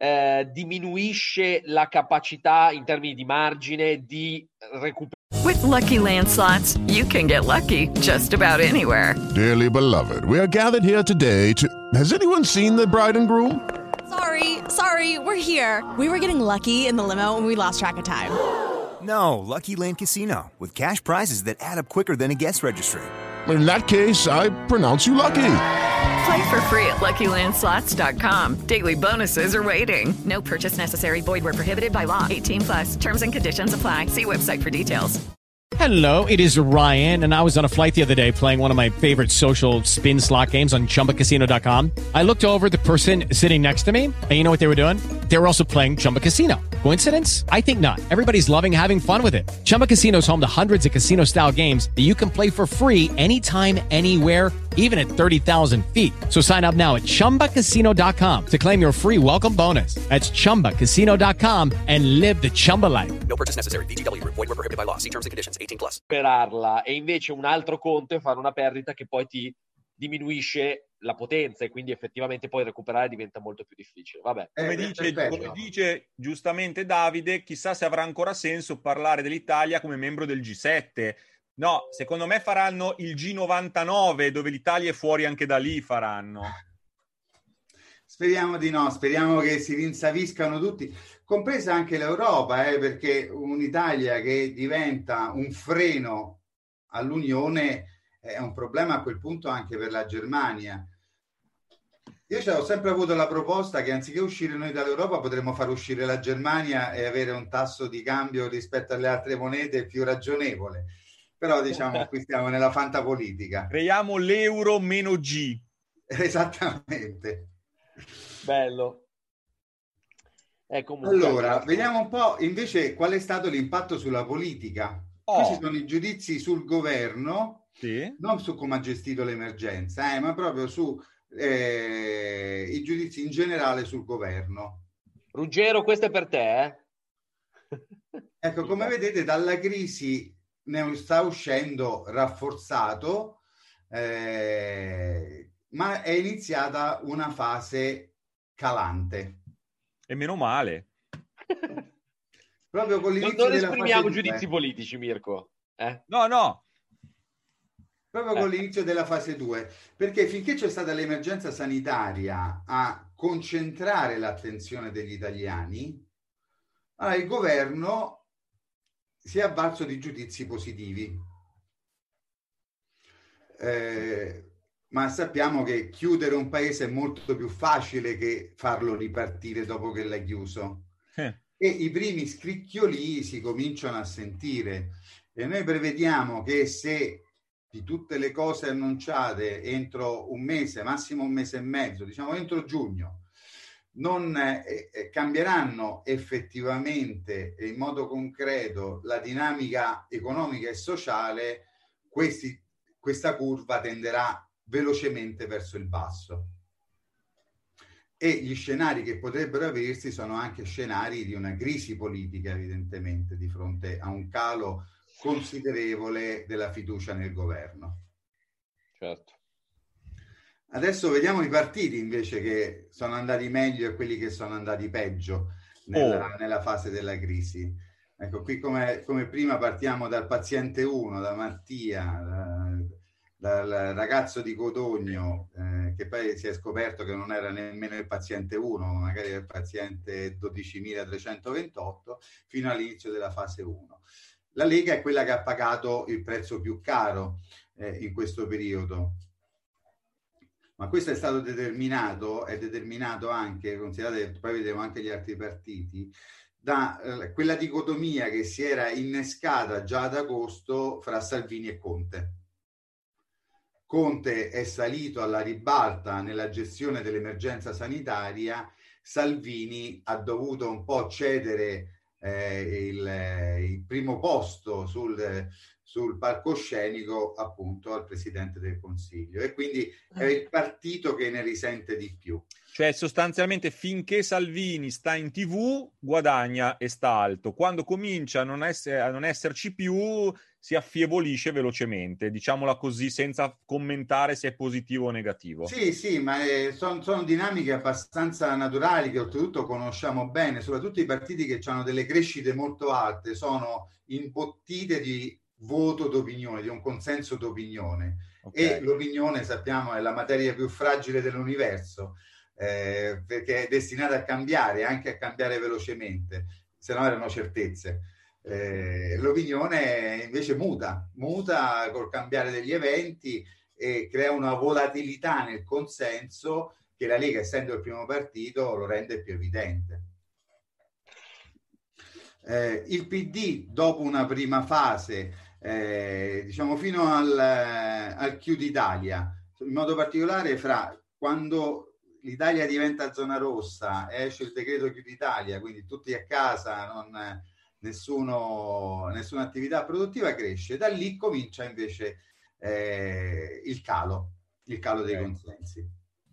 diminuisce la capacità in termini di margine di recuperare. With Lucky Land Slots, you can get lucky just about anywhere. Dearly beloved, we are gathered here today to... Has anyone seen the bride and groom? Sorry, we're here. We were getting lucky in the limo and we lost track of time. No, Lucky Land Casino, with cash prizes that add up quicker than a guest registry. In that case, I pronounce you lucky. Play for free at LuckyLandSlots.com. Daily bonuses are waiting. No purchase necessary. Void where prohibited by law. 18+. Terms and conditions apply. See website for details. Hello, it is Ryan, and I was on a flight the other day playing one of my favorite social spin slot games on ChumbaCasino.com. I looked over at the person sitting next to me, and you know what they were doing? They were also playing Chumba Casino. Coincidence? I think not. Everybody's loving having fun with it. Chumba Casino is home to hundreds of casino-style games that you can play for free anytime, anywhere, even at 30,000 feet. So sign up now at ChumbaCasino.com to claim your free welcome bonus. That's ChumbaCasino.com and live the Chumba life. No purchase necessary. VGW. Void where prohibited by law. See terms and conditions. 18+. E invece un altro conto è fare una perdita che poi ti diminuisce la potenza e quindi effettivamente poi recuperare diventa molto più difficile. Vabbè. Come dice giustamente Davide, chissà se avrà ancora senso parlare dell'Italia come membro del G7. No, secondo me faranno il G99, dove l'Italia è fuori anche da lì faranno. Speriamo di no, speriamo che si rinsaviscano tutti, compresa anche l'Europa, perché un'Italia che diventa un freno all'Unione è un problema a quel punto anche per la Germania. Io ho sempre avuto la proposta che anziché uscire noi dall'Europa potremmo far uscire la Germania e avere un tasso di cambio rispetto alle altre monete più ragionevole. Però diciamo qui stiamo nella fantapolitica. Creiamo l'euro meno G. Esattamente. Bello. Allora, vediamo un po' invece qual è stato l'impatto sulla politica. Questi sono i giudizi sul governo, sì. Non su come ha gestito l'emergenza, ma proprio su i giudizi in generale sul governo. Ruggero, questo è per te, Ecco, come vedete dalla crisi ne sta uscendo rafforzato, ma è iniziata una fase calante. E meno male. Proprio con l'inizio non della esprimiamo fase giudizi politici, Mirko. No. Proprio con l'inizio della fase 2, perché finché c'è stata l'emergenza sanitaria a concentrare l'attenzione degli italiani, allora il governo si è avvalso di giudizi positivi. Ma sappiamo che chiudere un paese è molto più facile che farlo ripartire dopo che l'hai chiuso. E i primi scricchiolii si cominciano a sentire. E noi prevediamo che se di tutte le cose annunciate entro un mese, massimo un mese e mezzo, diciamo entro giugno, non cambieranno effettivamente in modo concreto la dinamica economica e sociale, questa curva tenderà velocemente verso il basso. E gli scenari che potrebbero aprirsi sono anche scenari di una crisi politica, evidentemente, di fronte a un calo considerevole della fiducia nel governo. Certo. Adesso vediamo i partiti invece che sono andati meglio e quelli che sono andati peggio. nella fase della crisi. Ecco, qui come prima partiamo dal paziente 1, da Mattia, dal ragazzo di Codogno, che poi si è scoperto che non era nemmeno il paziente 1, magari era il paziente 12.328, fino all'inizio della fase 1. La Lega è quella che ha pagato il prezzo più caro in questo periodo. Ma questo è stato determinato anche, considerate, poi vedremo anche gli altri partiti, da quella dicotomia che si era innescata già ad agosto fra Salvini e Conte. Conte è salito alla ribalta nella gestione dell'emergenza sanitaria, Salvini ha dovuto un po' cedere il primo posto sul palcoscenico appunto al Presidente del Consiglio, e quindi è il partito che ne risente di più. Cioè sostanzialmente finché Salvini sta in TV guadagna e sta alto, quando comincia a non esserci più si affievolisce velocemente, diciamola così, senza commentare se è positivo o negativo. Sì, ma sono dinamiche abbastanza naturali che oltretutto conosciamo bene, soprattutto i partiti che hanno delle crescite molto alte sono imbottite di voto d'opinione, di un consenso d'opinione. Okay. E l'opinione, sappiamo, è la materia più fragile dell'universo, perché è destinata a cambiare, anche a cambiare velocemente, se no erano certezze. L'opinione invece muta col cambiare degli eventi e crea una volatilità nel consenso che la Lega, essendo il primo partito, lo rende più evidente. Il PD, dopo una prima fase, diciamo fino al Chiudi Italia, in modo particolare fra quando l'Italia diventa zona rossa, esce il decreto Chiudi Italia, quindi tutti a casa, nessuna attività produttiva, cresce. Da lì comincia invece il calo dei consensi.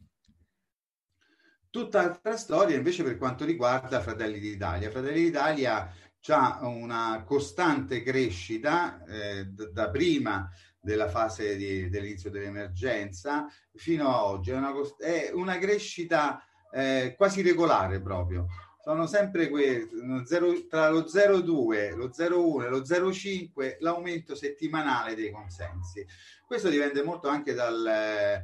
Tutt'altra storia invece per quanto riguarda Fratelli d'Italia. Fratelli d'Italia ha una costante crescita da prima della fase dell'inizio dell'emergenza fino a oggi. È una crescita quasi regolare proprio. Sono sempre tra lo 0,2, lo 0,1 e lo 0,5 l'aumento settimanale dei consensi. Questo dipende molto anche dalla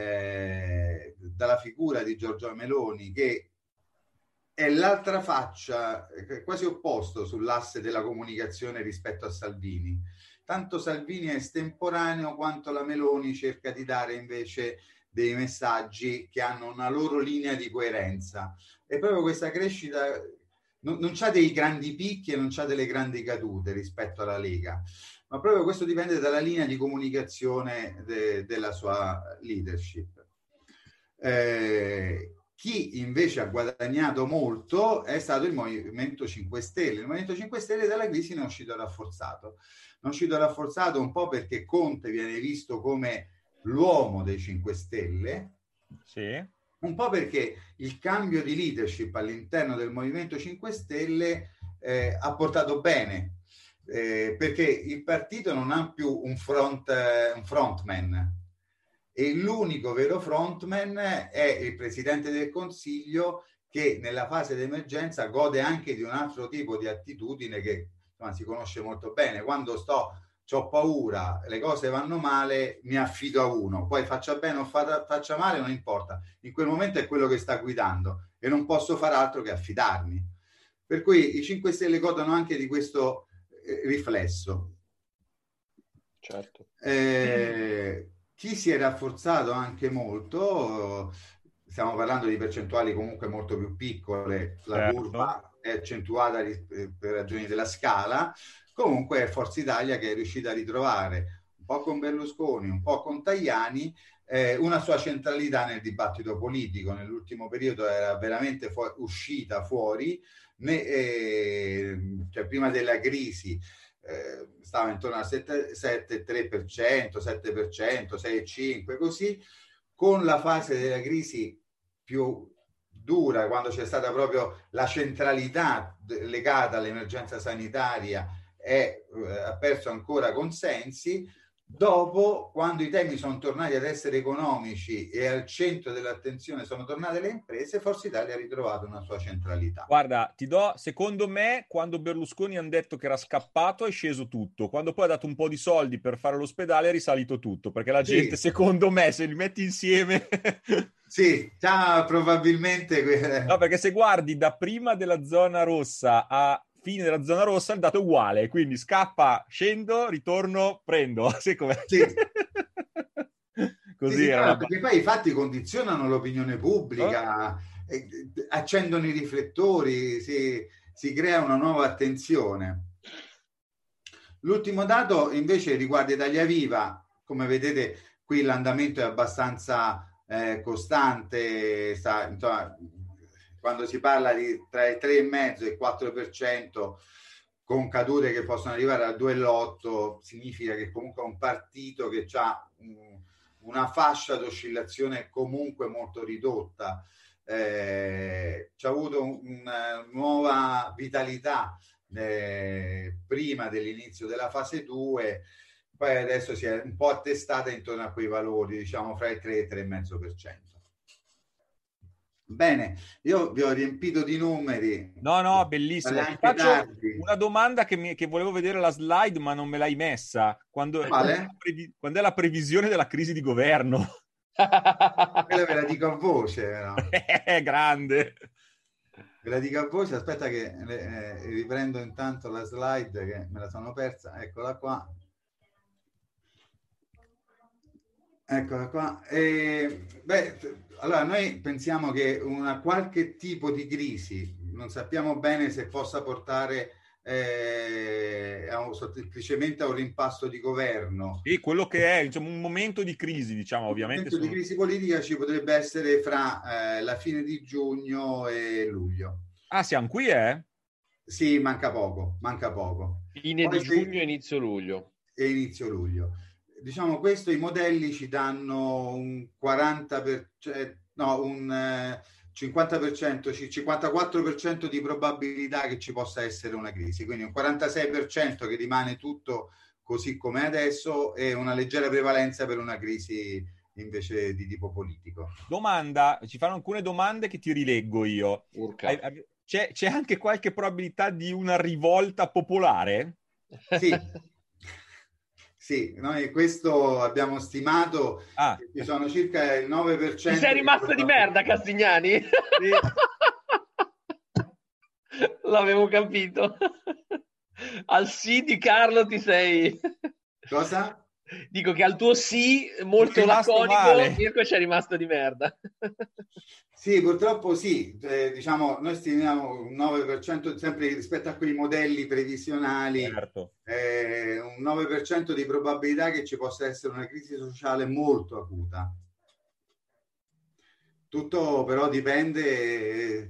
figura di Giorgia Meloni, che è l'altra faccia, quasi opposto sull'asse della comunicazione rispetto a Salvini. Tanto Salvini è estemporaneo quanto la Meloni cerca di dare invece dei messaggi che hanno una loro linea di coerenza. E proprio questa crescita non c'ha dei grandi picchi e non c'ha delle grandi cadute rispetto alla Lega, ma proprio questo dipende dalla linea di comunicazione della sua leadership. Chi invece ha guadagnato molto è stato il Movimento 5 Stelle. Il Movimento 5 Stelle dalla crisi ne è uscito rafforzato. Ne è uscito rafforzato un po' perché Conte viene visto come l'uomo dei 5 Stelle, sì. Un po' perché il cambio di leadership all'interno del Movimento 5 Stelle ha portato bene, perché il partito non ha più un frontman, e l'unico vero frontman è il Presidente del Consiglio, che nella fase di emergenza gode anche di un altro tipo di attitudine che si conosce molto bene. Quando c'ho paura, le cose vanno male, mi affido a uno, poi faccia bene o faccia male, non importa. In quel momento è quello che sta guidando e non posso far altro che affidarmi. Per cui i 5 Stelle godono anche di questo riflesso. Certo. Chi si è rafforzato anche molto, stiamo parlando di percentuali comunque molto più piccole, la curva è accentuata per ragioni della scala. Comunque è Forza Italia, che è riuscita a ritrovare, un po' con Berlusconi, un po' con Tajani, una sua centralità nel dibattito politico. Nell'ultimo periodo era veramente uscita fuori, cioè prima della crisi stava intorno al 7,3%, 7%, 6,5%, così. Con la fase della crisi più dura, quando c'è stata proprio la centralità legata all'emergenza sanitaria, ha perso ancora consensi. Dopo, quando i temi sono tornati ad essere economici e al centro dell'attenzione sono tornate le imprese, Forza Italia ha ritrovato una sua centralità. Guarda, secondo me, quando Berlusconi hanno detto che era scappato è sceso tutto, quando poi ha dato un po' di soldi per fare l'ospedale è risalito tutto, perché la gente, secondo me, se li metti insieme... Sì, già probabilmente... No, perché se guardi da prima della zona rossa a fine della zona rossa il dato è uguale, quindi scappa, scendo, ritorno, prendo. Sì. Così sì, era perché poi i fatti condizionano l'opinione pubblica, accendono i riflettori, si crea una nuova attenzione. L'ultimo dato invece riguarda Italia Viva. Come vedete qui l'andamento è abbastanza costante, insomma, quando si parla di tra il 3,5 e il 4%, con cadute che possono arrivare al 2,8%, significa che comunque è un partito che ha una fascia d'oscillazione comunque molto ridotta. C'ha avuto una nuova vitalità prima dell'inizio della fase 2, poi adesso si è un po' attestata intorno a quei valori, diciamo fra il 3 e il 3,5%. Bene, io vi ho riempito di numeri. No, bellissimo. Ti faccio una domanda che volevo vedere la slide, ma non me l'hai messa. Quando è la previsione della crisi di governo? Quella ve la dico a voce. No? Grande. Ve la dico a voce, aspetta che riprendo intanto la slide che me la sono persa. Eccola qua. Eccola qua. Allora noi pensiamo che una qualche tipo di crisi, non sappiamo bene se possa portare semplicemente a un rimpasto di governo. E quello che è, diciamo, un momento di crisi, diciamo, ovviamente. Un momento di crisi politica ci potrebbe essere fra la fine di giugno e luglio. Ah, siamo qui, Sì, manca poco. Fine di giugno e inizio luglio. Diciamo, questo i modelli ci danno un 54% di probabilità che ci possa essere una crisi, quindi un 46% che rimane tutto così come adesso e una leggera prevalenza per una crisi invece di tipo politico. Domanda, ci fanno alcune domande che ti rileggo io. C'è anche qualche probabilità di una rivolta popolare? Sì, noi questo abbiamo stimato che ci sono circa il 9%. Ti sei rimasto di merda, Castignani? Sì. L'avevo capito. Al sì di Carlo ti sei... Cosa? Dico che al tuo sì molto laconico Mirko ci è rimasto di merda. Sì, purtroppo sì, diciamo noi stimiamo un 9% sempre rispetto a quei modelli previsionali, certo. Un 9% di probabilità che ci possa essere una crisi sociale molto acuta. Tutto però dipende,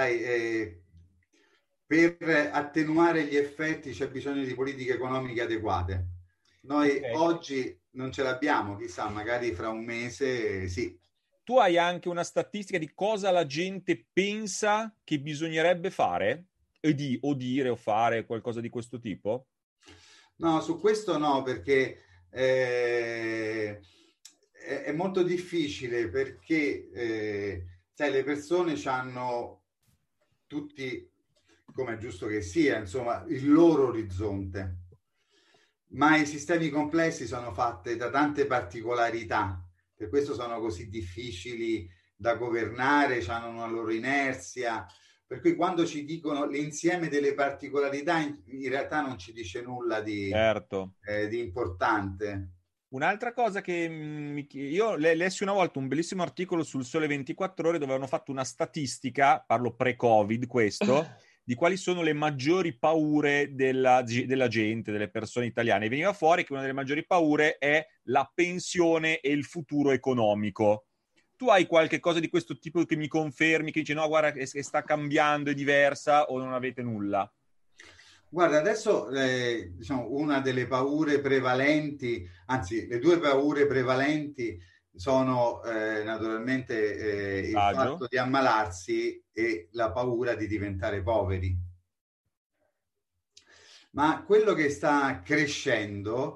per attenuare gli effetti c'è bisogno di politiche economiche adeguate. Noi oggi non ce l'abbiamo, chissà, magari fra un mese sì. Tu hai anche una statistica di cosa la gente pensa che bisognerebbe fare? O dire o fare qualcosa di questo tipo? No, su questo no, perché è molto difficile, perché le persone hanno tutti, come è giusto che sia, insomma, il loro orizzonte. Ma i sistemi complessi sono fatti da tante particolarità, per questo sono così difficili da governare, hanno una loro inerzia, per cui quando ci dicono l'insieme delle particolarità in realtà non ci dice nulla di importante. Un'altra cosa che io lessi una volta un bellissimo articolo sul Sole 24 Ore dove avevano fatto una statistica, parlo pre-Covid questo, di quali sono le maggiori paure della gente, delle persone italiane. E veniva fuori che una delle maggiori paure è la pensione e il futuro economico. Tu hai qualche cosa di questo tipo che mi confermi, che dice no, guarda, sta cambiando, è diversa, o non avete nulla? Guarda, adesso diciamo una delle paure prevalenti, anzi le due paure prevalenti sono naturalmente il fatto di ammalarsi e la paura di diventare poveri. Ma quello che sta crescendo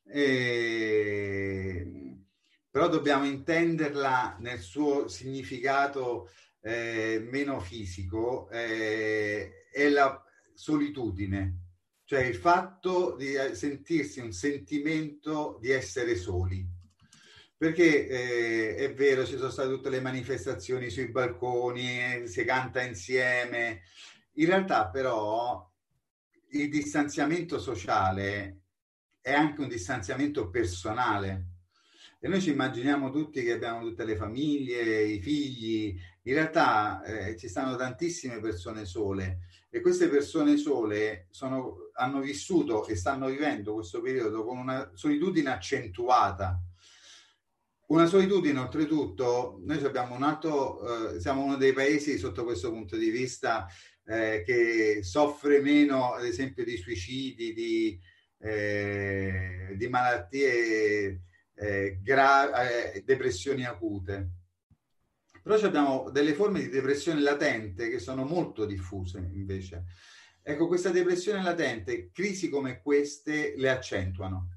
però dobbiamo intenderla nel suo significato meno fisico, è la solitudine, cioè il fatto di sentirsi un sentimento di essere soli, perché è vero, ci sono state tutte le manifestazioni sui balconi, si canta insieme, in realtà però il distanziamento sociale è anche un distanziamento personale. E noi ci immaginiamo tutti che abbiamo tutte le famiglie, i figli, in realtà ci stanno tantissime persone sole, e queste persone sole hanno vissuto e stanno vivendo questo periodo con una solitudine accentuata. Una solitudine, oltretutto, noi abbiamo siamo uno dei paesi sotto questo punto di vista che soffre meno, ad esempio, di suicidi, di malattie depressioni acute. Però abbiamo delle forme di depressione latente che sono molto diffuse invece. Ecco, questa depressione latente, crisi come queste le accentuano.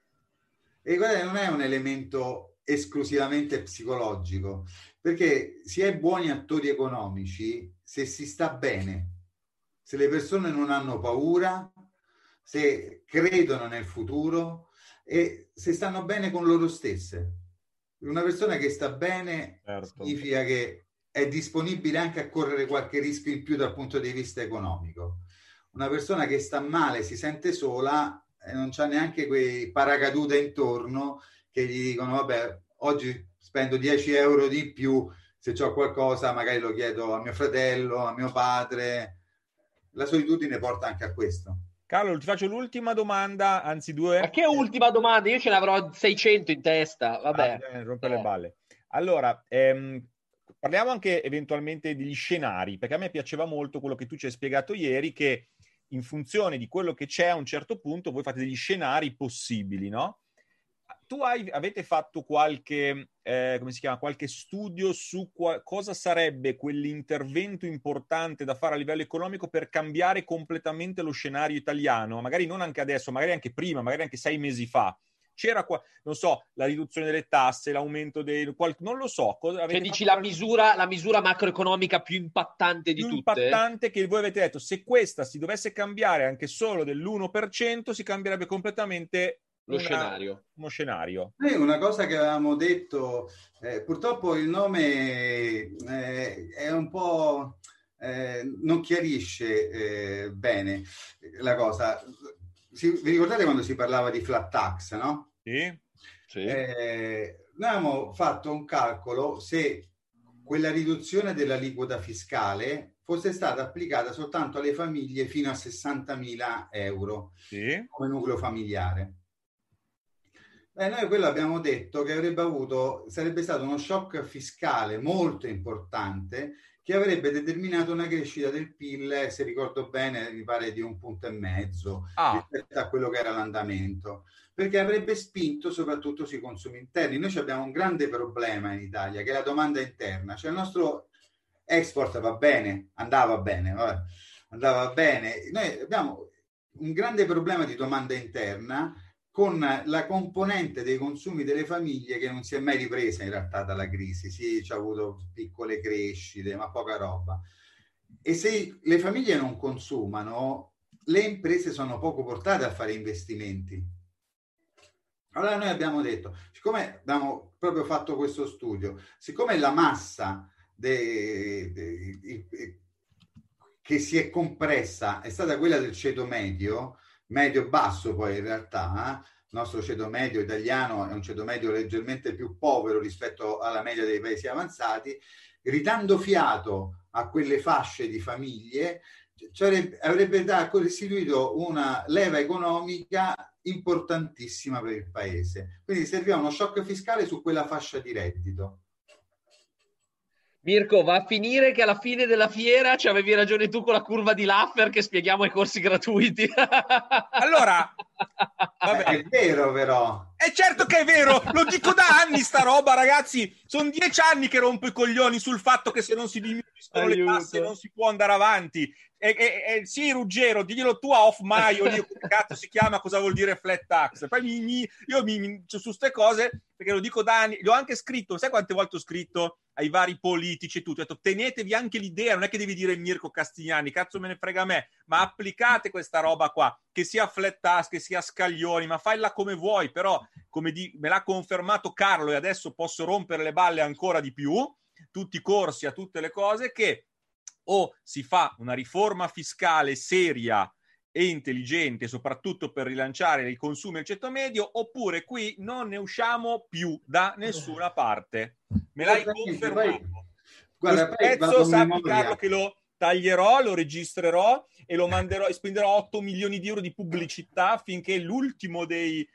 E guardate, non è un elemento esclusivamente psicologico, perché si è buoni attori economici se si sta bene, se le persone non hanno paura, se credono nel futuro e se stanno bene con loro stesse. Una persona che sta bene significa che è disponibile anche a correre qualche rischio in più dal punto di vista economico. Una persona che sta male, si sente sola e non c'ha neanche quei paracadute intorno che gli dicono vabbè, oggi spendo 10 euro di più, se c'ho qualcosa magari lo chiedo a mio fratello, a mio padre. La solitudine porta anche a questo. Carlo, ti faccio l'ultima domanda, anzi due. Ma che ultima domanda? Io ce ne avrò 600 in testa, vabbè. Rompe le balle. Allora, parliamo anche eventualmente degli scenari, perché a me piaceva molto quello che tu ci hai spiegato ieri, che in funzione di quello che c'è a un certo punto voi fate degli scenari possibili, no? Avete fatto qualche studio su cosa sarebbe quell'intervento importante da fare a livello economico per cambiare completamente lo scenario italiano? Magari non anche adesso, magari anche prima, magari anche 6 mesi fa. C'era non so, la riduzione delle tasse, l'aumento non lo so. Cioè dici la misura macroeconomica più impattante di tutte? Più impattante che voi avete detto, se questa si dovesse cambiare anche solo dell'1%, si cambierebbe completamente uno scenario. Una cosa che avevamo detto, purtroppo il nome è un po' non chiarisce bene la cosa. Vi ricordate quando si parlava di flat tax, no? Sì. Noi abbiamo fatto un calcolo se quella riduzione dell'aliquota fiscale fosse stata applicata soltanto alle famiglie fino a 60.000 euro come nucleo familiare. Noi quello abbiamo detto che sarebbe stato uno shock fiscale molto importante che avrebbe determinato una crescita del PIL, se ricordo bene, mi pare di 1,5 punti rispetto a quello che era l'andamento, perché avrebbe spinto soprattutto sui consumi interni. Noi abbiamo un grande problema in Italia, che è la domanda interna, cioè il nostro export andava bene. Noi abbiamo un grande problema di domanda interna, con la componente dei consumi delle famiglie che non si è mai ripresa in realtà dalla crisi. Sì, c'ha avuto piccole crescite, ma poca roba. E se le famiglie non consumano, le imprese sono poco portate a fare investimenti. Allora noi abbiamo detto, siccome abbiamo proprio fatto questo studio, siccome la massa che si è compressa è stata quella del ceto medio-basso, poi in realtà il nostro ceto medio italiano è un ceto medio leggermente più povero rispetto alla media dei paesi avanzati, ridando fiato a quelle fasce di famiglie, avrebbe restituito una leva economica importantissima per il paese. Quindi serviva uno shock fiscale su quella fascia di reddito. Mirko, va a finire che alla fine della fiera ci avevi ragione tu con la curva di Laffer che spieghiamo i corsi gratuiti. Allora, vabbè. È vero però. certo che è vero, lo dico da anni sta roba, ragazzi. Sono 10 anni che rompo i coglioni sul fatto che se non si diminuiscono le tasse non si può andare avanti. Sì, Ruggero, diglielo tu a Off Maio, come cazzo si chiama, cosa vuol dire flat tax. Poi io su ste cose, perché lo dico da anni, l'ho anche scritto, sai quante volte ho scritto ai vari politici e tutto, ho detto tenetevi anche l'idea, non è che devi dire Mirko Castigliani, cazzo me ne frega a me, ma applicate questa roba qua, che sia flat tax, che sia scaglioni, ma failla come vuoi, però me l'ha confermato Carlo e adesso posso rompere le balle ancora di più, tutti i corsi a tutte le cose, che o si fa una riforma fiscale seria e intelligente, soprattutto per rilanciare i consumi al ceto medio, oppure qui non ne usciamo più da nessuna parte. Me l'hai confermato. Guarda, questo pezzo sappi, Carlo, che lo taglierò, lo registrerò e lo manderò e spenderò 8 milioni di euro di pubblicità affinché l'ultimo di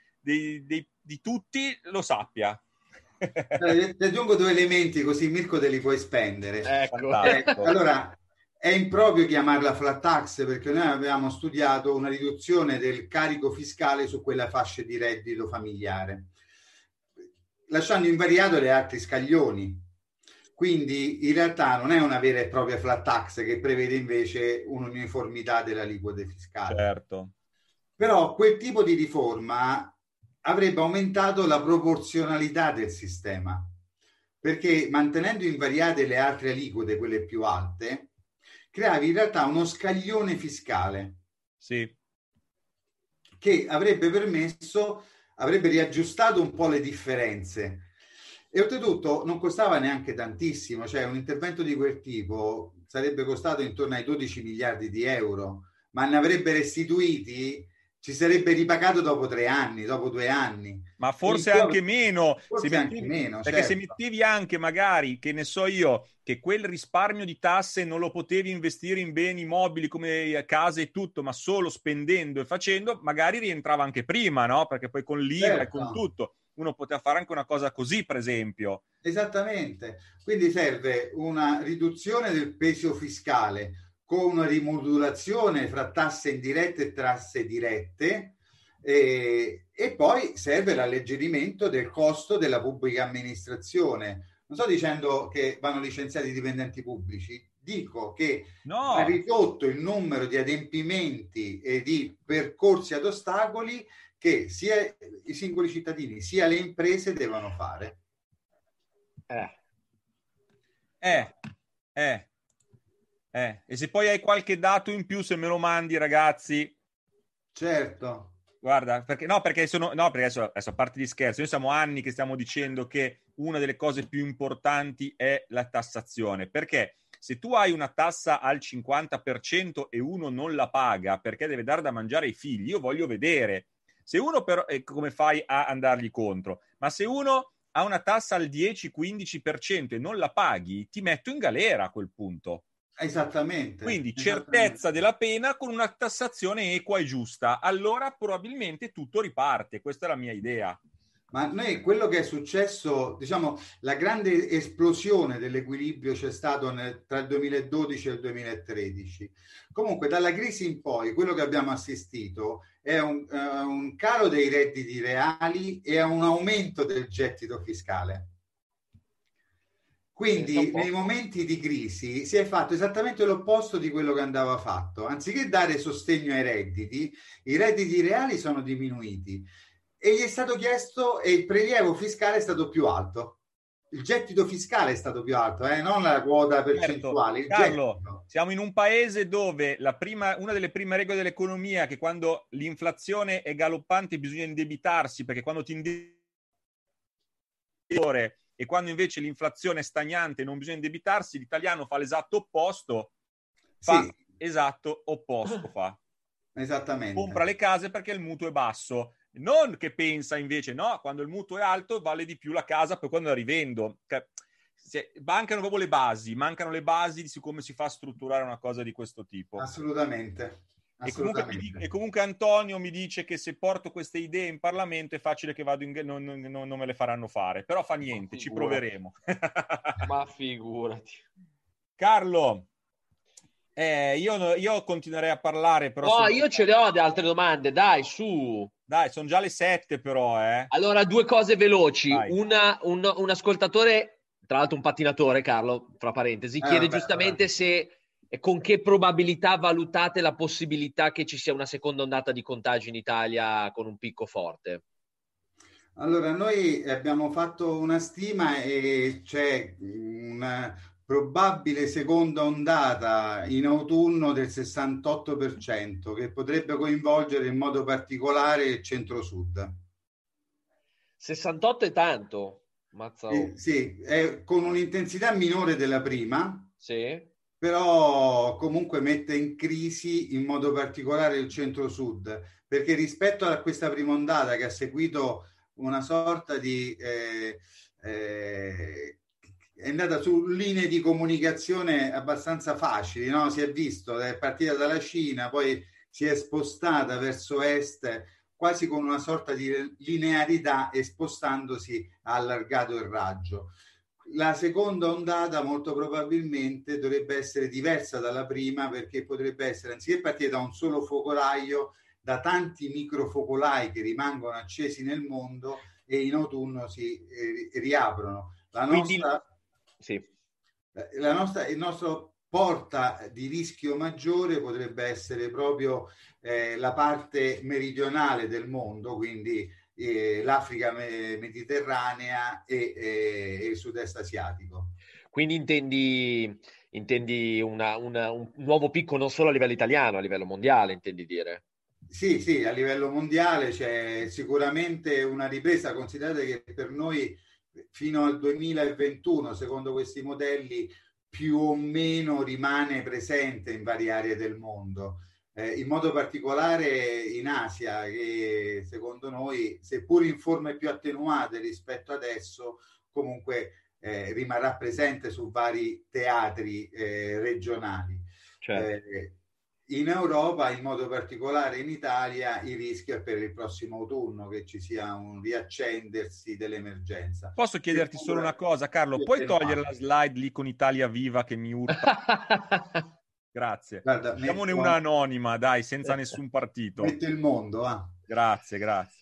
tutti lo sappia. Ti aggiungo 2 elementi così Mirko te li puoi spendere. Ecco. Allora, è improprio chiamarla flat tax perché noi abbiamo studiato una riduzione del carico fiscale su quella fascia di reddito familiare, lasciando invariato le altri scaglioni. Quindi in realtà non è una vera e propria flat tax che prevede invece un'uniformità delle aliquote fiscali. Certo. Però quel tipo di riforma avrebbe aumentato la proporzionalità del sistema, perché mantenendo invariate le altre aliquote, quelle più alte, creavi in realtà uno scaglione fiscale. Sì. Che avrebbe riaggiustato un po' le differenze. E oltretutto non costava neanche tantissimo, cioè un intervento di quel tipo sarebbe costato intorno ai 12 miliardi di euro, ma ne avrebbe restituiti, ci sarebbe ripagato dopo 3 anni, dopo 2 anni. Ma forse anche meno. Meno, perché certo. Se mettevi anche magari, che ne so io, che quel risparmio di tasse non lo potevi investire in beni mobili come case e tutto, ma solo spendendo e facendo, magari rientrava anche prima, no? Perché poi con l'IVA Certo. e con tutto uno poteva fare anche una cosa così, per esempio. Esattamente. Quindi serve una riduzione del peso fiscale con una rimodulazione fra tasse indirette e tasse dirette, e poi serve l'alleggerimento del costo della pubblica amministrazione. Non sto dicendo che vanno licenziati i dipendenti pubblici, dico che va ridotto il numero di adempimenti e di percorsi ad ostacoli che sia i singoli cittadini sia le imprese devono fare. E se poi hai qualche dato in più, se me lo mandi, ragazzi. Certo. Guarda, perché adesso, a parte gli scherzi, noi siamo anni che stiamo dicendo che una delle cose più importanti è la tassazione, perché se tu hai una tassa al 50% e uno non la paga perché deve dare da mangiare ai figli, io voglio vedere se uno però come fai a andargli contro, ma se uno ha una tassa al 10-15% e non la paghi, ti metto in galera a quel punto. Esattamente. Quindi certezza della pena con una tassazione equa e giusta. Allora probabilmente tutto riparte. Questa è la mia idea. Ma noi quello che è successo, diciamo, la grande esplosione dell'equilibrio c'è stato tra il 2012 e il 2013. Comunque dalla crisi in poi quello che abbiamo assistito è un calo dei redditi reali e a un aumento del gettito fiscale. Quindi nei momenti di crisi si è fatto esattamente l'opposto di quello che andava fatto. Anziché dare sostegno ai redditi, i redditi reali sono diminuiti e gli è stato chiesto, e il prelievo fiscale è stato più alto. Il gettito fiscale è stato più alto, non la quota percentuale. Carlo, siamo in un paese dove una delle prime regole dell'economia è che quando l'inflazione è galoppante bisogna indebitarsi, perché quando ti indebiti e quando invece l'inflazione è stagnante e non bisogna indebitarsi, l'italiano fa l'esatto opposto. Esattamente. Compra le case perché il mutuo è basso. Non che pensa invece, no, quando il mutuo è alto vale di più la casa, poi quando la rivendo. Mancano proprio le basi su come si fa a strutturare una cosa di questo tipo. Assolutamente. E comunque Antonio mi dice che se porto queste idee in Parlamento è facile che non me le faranno fare, però fa niente, ci proveremo. Ma figurati. Carlo, Io continuerei a parlare, però... No, io ce le ho di altre domande, dai, su. Dai, sono già le 7 però, Allora, due cose veloci. Vai. Un ascoltatore, tra l'altro un pattinatore, Carlo, fra parentesi, chiede giustamente se con che probabilità valutate la possibilità che ci sia una seconda ondata di contagi in Italia con un picco forte. Allora, noi abbiamo fatto una stima e c'è una probabile seconda ondata in autunno del 68% che potrebbe coinvolgere in modo particolare il centro-sud. 68 è tanto, mazza. Sì, è con un'intensità minore della prima, sì, però comunque mette in crisi in modo particolare il centro-sud, perché rispetto a questa prima ondata che ha seguito una sorta di... è andata su linee di comunicazione abbastanza facili, no? Si è visto, è partita dalla Cina, poi si è spostata verso est, quasi con una sorta di linearità, e spostandosi ha allargato il raggio. La seconda ondata molto probabilmente dovrebbe essere diversa dalla prima, perché potrebbe essere, anziché partire da un solo focolaio, da tanti microfocolai che rimangono accesi nel mondo e in autunno si riaprono. Il nostro porta di rischio maggiore potrebbe essere proprio la parte meridionale del mondo, quindi l'Africa mediterranea e il sud-est asiatico. Quindi intendi un nuovo picco non solo a livello italiano, a livello mondiale, intendi dire? Sì, a livello mondiale c'è sicuramente una ripresa. Considerate che per noi fino al 2021, secondo questi modelli, più o meno rimane presente in varie aree del mondo, in modo particolare in Asia, che secondo noi, seppur in forme più attenuate rispetto adesso, comunque rimarrà presente su vari teatri regionali. Certo. In Europa, in modo particolare in Italia, il rischio è per il prossimo autunno che ci sia un riaccendersi dell'emergenza. Posso chiederti solo una cosa, Carlo? Puoi togliere la slide lì con Italia Viva che mi urta? Grazie. Guarda, Diamone una anonima, dai, senza nessun partito. Metto il mondo, Grazie.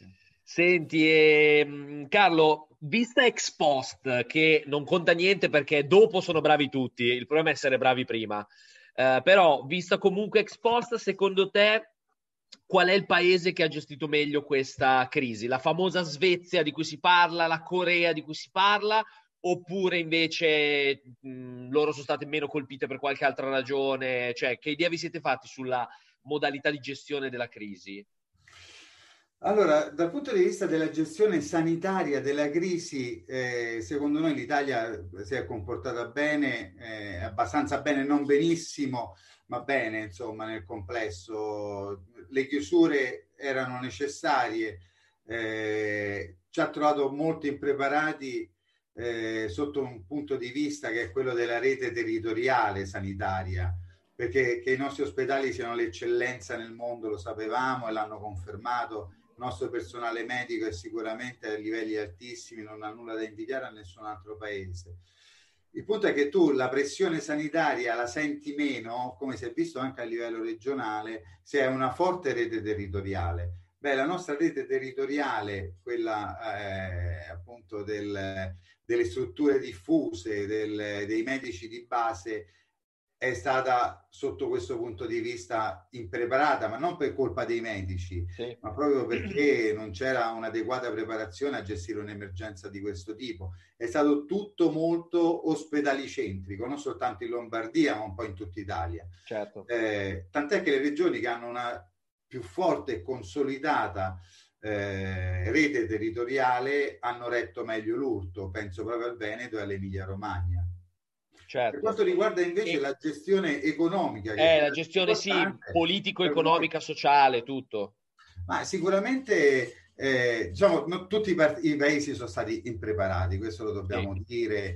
Senti, Carlo, vista ex post, che non conta niente perché dopo sono bravi tutti, il problema è essere bravi prima. Però, vista comunque ex post, secondo te qual è il paese che ha gestito meglio questa crisi? La famosa Svezia di cui si parla, la Corea di cui si parla, oppure invece loro sono state meno colpite per qualche altra ragione? Cioè, che idea vi siete fatti sulla modalità di gestione della crisi? Allora, dal punto di vista della gestione sanitaria della crisi, secondo noi l'Italia si è comportata bene, abbastanza bene, non benissimo, ma bene, insomma, nel complesso. Le chiusure erano necessarie, ci ha trovato molto impreparati sotto un punto di vista che è quello della rete territoriale sanitaria, perché che i nostri ospedali siano l'eccellenza nel mondo lo sapevamo e l'hanno confermato. Il nostro personale medico è sicuramente a livelli altissimi, non ha nulla da invidiare a nessun altro paese. Il punto è che tu la pressione sanitaria la senti meno, come si è visto anche a livello regionale, se hai una forte rete territoriale. La nostra rete territoriale, quella appunto delle strutture diffuse, dei medici di base, è stata sotto questo punto di vista impreparata, ma non per colpa dei medici, ma proprio perché non c'era un'adeguata preparazione a gestire un'emergenza di questo tipo. È stato tutto molto ospedalicentrico, non soltanto in Lombardia, ma un po' in tutta Italia. Certo. Tant'è che le regioni che hanno una più forte e consolidata rete territoriale hanno retto meglio l'urto. Penso proprio al Veneto e all'Emilia Romagna. Certo. Per quanto riguarda invece la gestione economica, la gestione politico-economica, sociale, tutto. Ma sicuramente diciamo tutti i paesi sono stati impreparati, questo lo dobbiamo dire.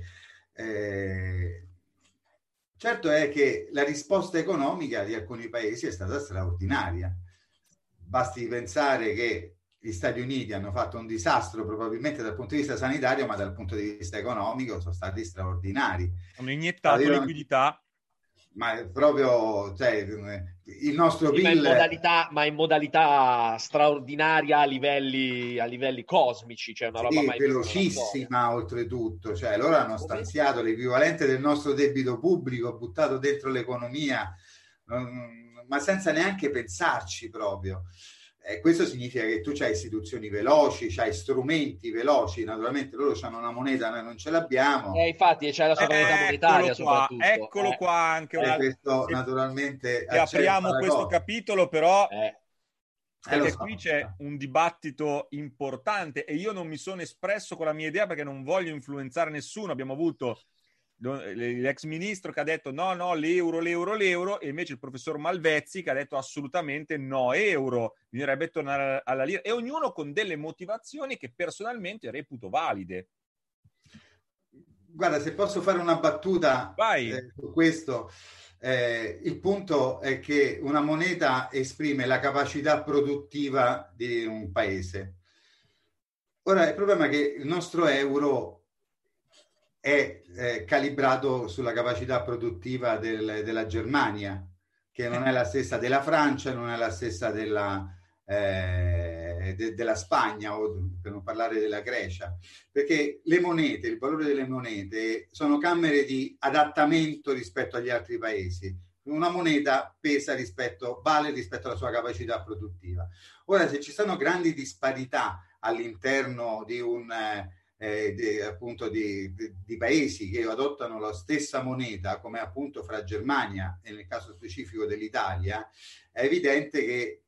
Certo è che la risposta economica di alcuni paesi è stata straordinaria. Basti pensare che gli Stati Uniti hanno fatto un disastro probabilmente dal punto di vista sanitario, ma dal punto di vista economico sono stati straordinari. Hanno iniettato liquidità. Ma è proprio, cioè, il nostro sì, PIL... ma in modalità straordinaria a livelli cosmici, cioè una roba mai vista nella storia. Velocissima oltretutto, cioè loro hanno stanziato l'equivalente del nostro debito pubblico buttato dentro l'economia, ma senza neanche pensarci proprio. Questo significa che tu c'hai istituzioni veloci, c'hai strumenti veloci, naturalmente loro hanno una moneta, noi non ce l'abbiamo. Infatti c'è la sovranità monetaria soprattutto. Eccolo qua anche questo naturalmente e apriamo questo capitolo, però perché so. Qui c'è un dibattito importante e io non mi sono espresso con la mia idea perché non voglio influenzare nessuno. Abbiamo avuto l'ex ministro che ha detto no, l'euro, e invece il professor Malvezzi che ha detto assolutamente no euro, bisognerebbe tornare alla lira, e ognuno con delle motivazioni che personalmente reputo valide. Guarda, se posso fare una battuta su questo, il punto è che una moneta esprime la capacità produttiva di un paese. Ora, il problema è che il nostro euro è calibrato sulla capacità produttiva della Germania, che non è la stessa della Francia, non è la stessa della Spagna, o per non parlare della Grecia, perché le monete, il valore delle monete sono camere di adattamento rispetto agli altri paesi. Una moneta vale rispetto alla sua capacità produttiva. Ora, se ci sono grandi disparità all'interno di di paesi che adottano la stessa moneta, come appunto fra Germania e nel caso specifico dell'Italia, è evidente che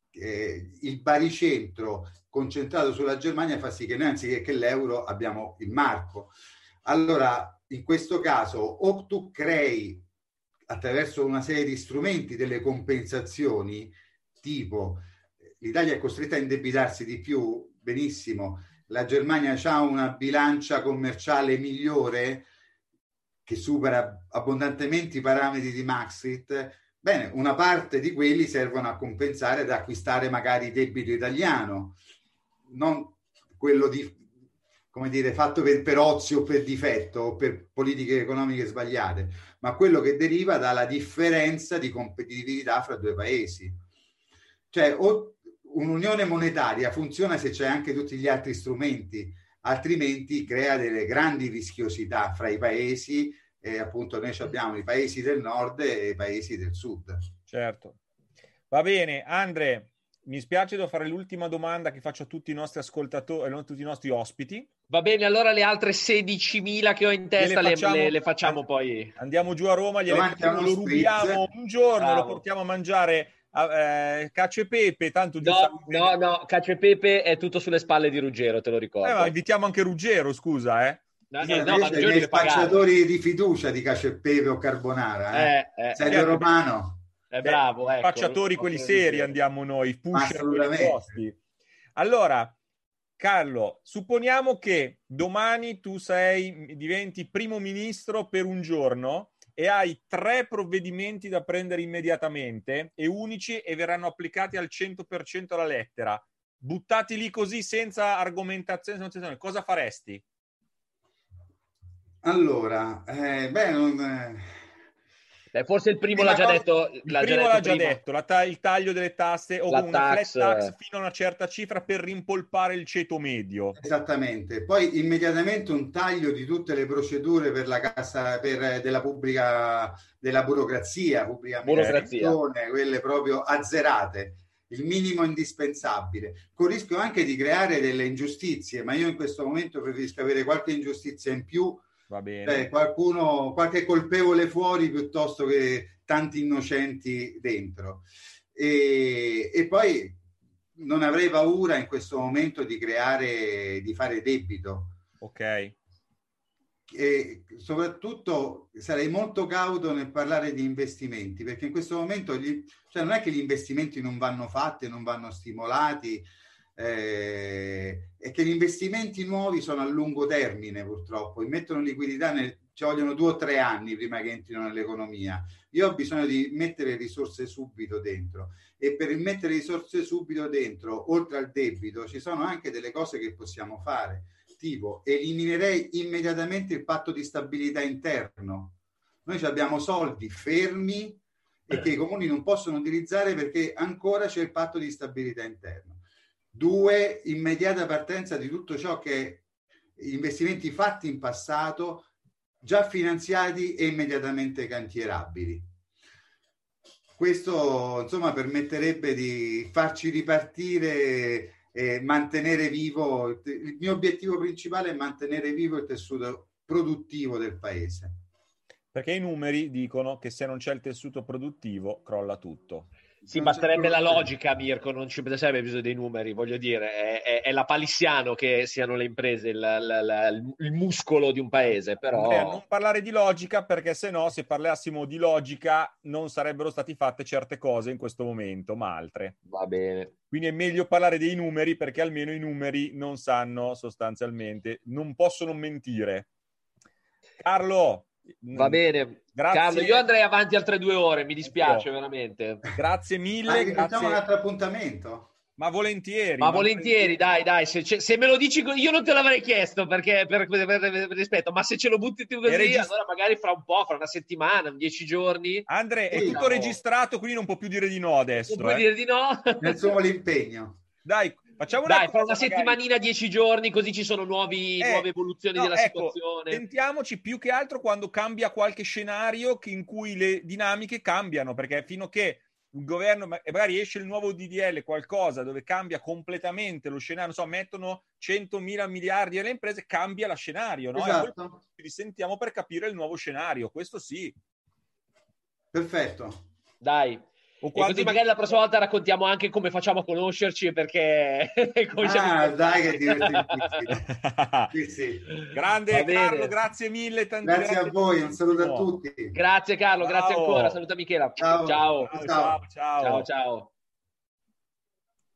il baricentro concentrato sulla Germania fa sì che noi, anziché che l'euro, abbiamo il marco. Allora, in questo caso, o tu crei attraverso una serie di strumenti delle compensazioni, tipo l'Italia è costretta a indebitarsi di più, benissimo, la Germania ha una bilancia commerciale migliore che supera abbondantemente i parametri di Maastricht. Bene, una parte di quelli servono a compensare, ad acquistare magari debito italiano, non quello fatto per ozio o per difetto o per politiche economiche sbagliate, ma quello che deriva dalla differenza di competitività fra due paesi. Cioè, o un'unione monetaria funziona se c'è anche tutti gli altri strumenti, altrimenti crea delle grandi rischiosità fra i paesi, e appunto noi abbiamo i paesi del nord e i paesi del sud. Certo. Va bene, Andre, mi spiace, devo fare l'ultima domanda che faccio a tutti i nostri ascoltatori, a tutti i nostri ospiti. Va bene, allora le altre 16.000 che ho in testa le facciamo poi. Andiamo giù a Roma, lo rubiamo un giorno, bravo, lo portiamo a mangiare cacio e pepe, tanto no, cacio e pepe è tutto sulle spalle di Ruggero, te lo ricordo. Ma invitiamo anche Ruggero, scusa, ma i spacciatori di fiducia di cacio e pepe o carbonara, Sergio Romano è bravo, ecco, spacciatori quelli seri, andiamo noi, pusher quelli posti. Allora, Carlo, supponiamo che domani tu diventi primo ministro per un giorno e hai 3 provvedimenti da prendere immediatamente e unici, e verranno applicati al 100% alla lettera, buttati lì così senza argomentazione, cosa faresti? Allora, forse il primo l'ha già detto. Il taglio delle tasse o una flat tax fino a una certa cifra per rimpolpare il ceto medio. Esattamente. Poi immediatamente un taglio di tutte le procedure per la cassa della burocrazia, quelle proprio azzerate, il minimo indispensabile, con rischio anche di creare delle ingiustizie, ma io in questo momento preferisco avere qualche ingiustizia in più. Va bene. Qualche colpevole fuori piuttosto che tanti innocenti dentro. E poi non avrei paura in questo momento di fare debito. Ok. E soprattutto sarei molto cauto nel parlare di investimenti, perché in questo momento non è che gli investimenti non vanno fatti, non vanno stimolati, è che gli investimenti nuovi sono a lungo termine, purtroppo immettono liquidità, ci vogliono 2 o 3 anni prima che entrino nell'economia. Io ho bisogno di mettere risorse subito dentro, e per mettere risorse subito dentro, oltre al debito, ci sono anche delle cose che possiamo fare, tipo eliminerei immediatamente il patto di stabilità interno, Noi abbiamo soldi fermi e che i comuni non possono utilizzare perché ancora c'è il patto di stabilità interno. 2, immediata partenza di tutto ciò che investimenti fatti in passato, già finanziati e immediatamente cantierabili. Questo, insomma, permetterebbe di farci ripartire e mantenere vivo. Il mio obiettivo principale è mantenere vivo il tessuto produttivo del paese. Perché i numeri dicono che se non c'è il tessuto produttivo crolla tutto. Sì, basterebbe la logica, Mirko, non ci sarebbe bisogno dei numeri, voglio dire, è la palissiano che siano le imprese il muscolo di un paese, però... Andrea, non parlare di logica, perché se no, se parlassimo di logica, non sarebbero state fatte certe cose in questo momento, ma altre. Va bene. Quindi è meglio parlare dei numeri, perché almeno i numeri non sanno sostanzialmente, non possono mentire. Carlo... Va bene, grazie. Carlo, io andrei avanti altre 2 ore, mi dispiace veramente. Grazie mille. Facciamo un altro appuntamento. Ma volentieri. Ma volentieri, dai, se me lo dici io non te l'avrei chiesto perché per rispetto, ma se ce lo butti tu così, allora magari fra un po', fra una settimana, 10 giorni. Andre, è tutto registrato, quindi non può più dire di no adesso. Non puoi dire di no? Nel suo l'impegno. Dai, facciamo fra una settimanina, 10 giorni, così ci sono nuove evoluzioni della situazione. Tentiamoci più che altro quando cambia qualche scenario in cui le dinamiche cambiano, perché fino a che il governo, magari esce il nuovo DDL, qualcosa dove cambia completamente lo scenario, mettono 100.000 miliardi alle imprese, cambia lo scenario, no? Esatto. E poi ci risentiamo per capire il nuovo scenario, questo sì. Perfetto. Dai. E così magari la prossima volta raccontiamo anche come facciamo a conoscerci, perché dai che divertentissimo. Sì. Grande Carlo, grazie mille, grazie a voi, un saluto a tutti. Grazie Carlo, grazie ancora, saluta Michela. Ciao. Ciao.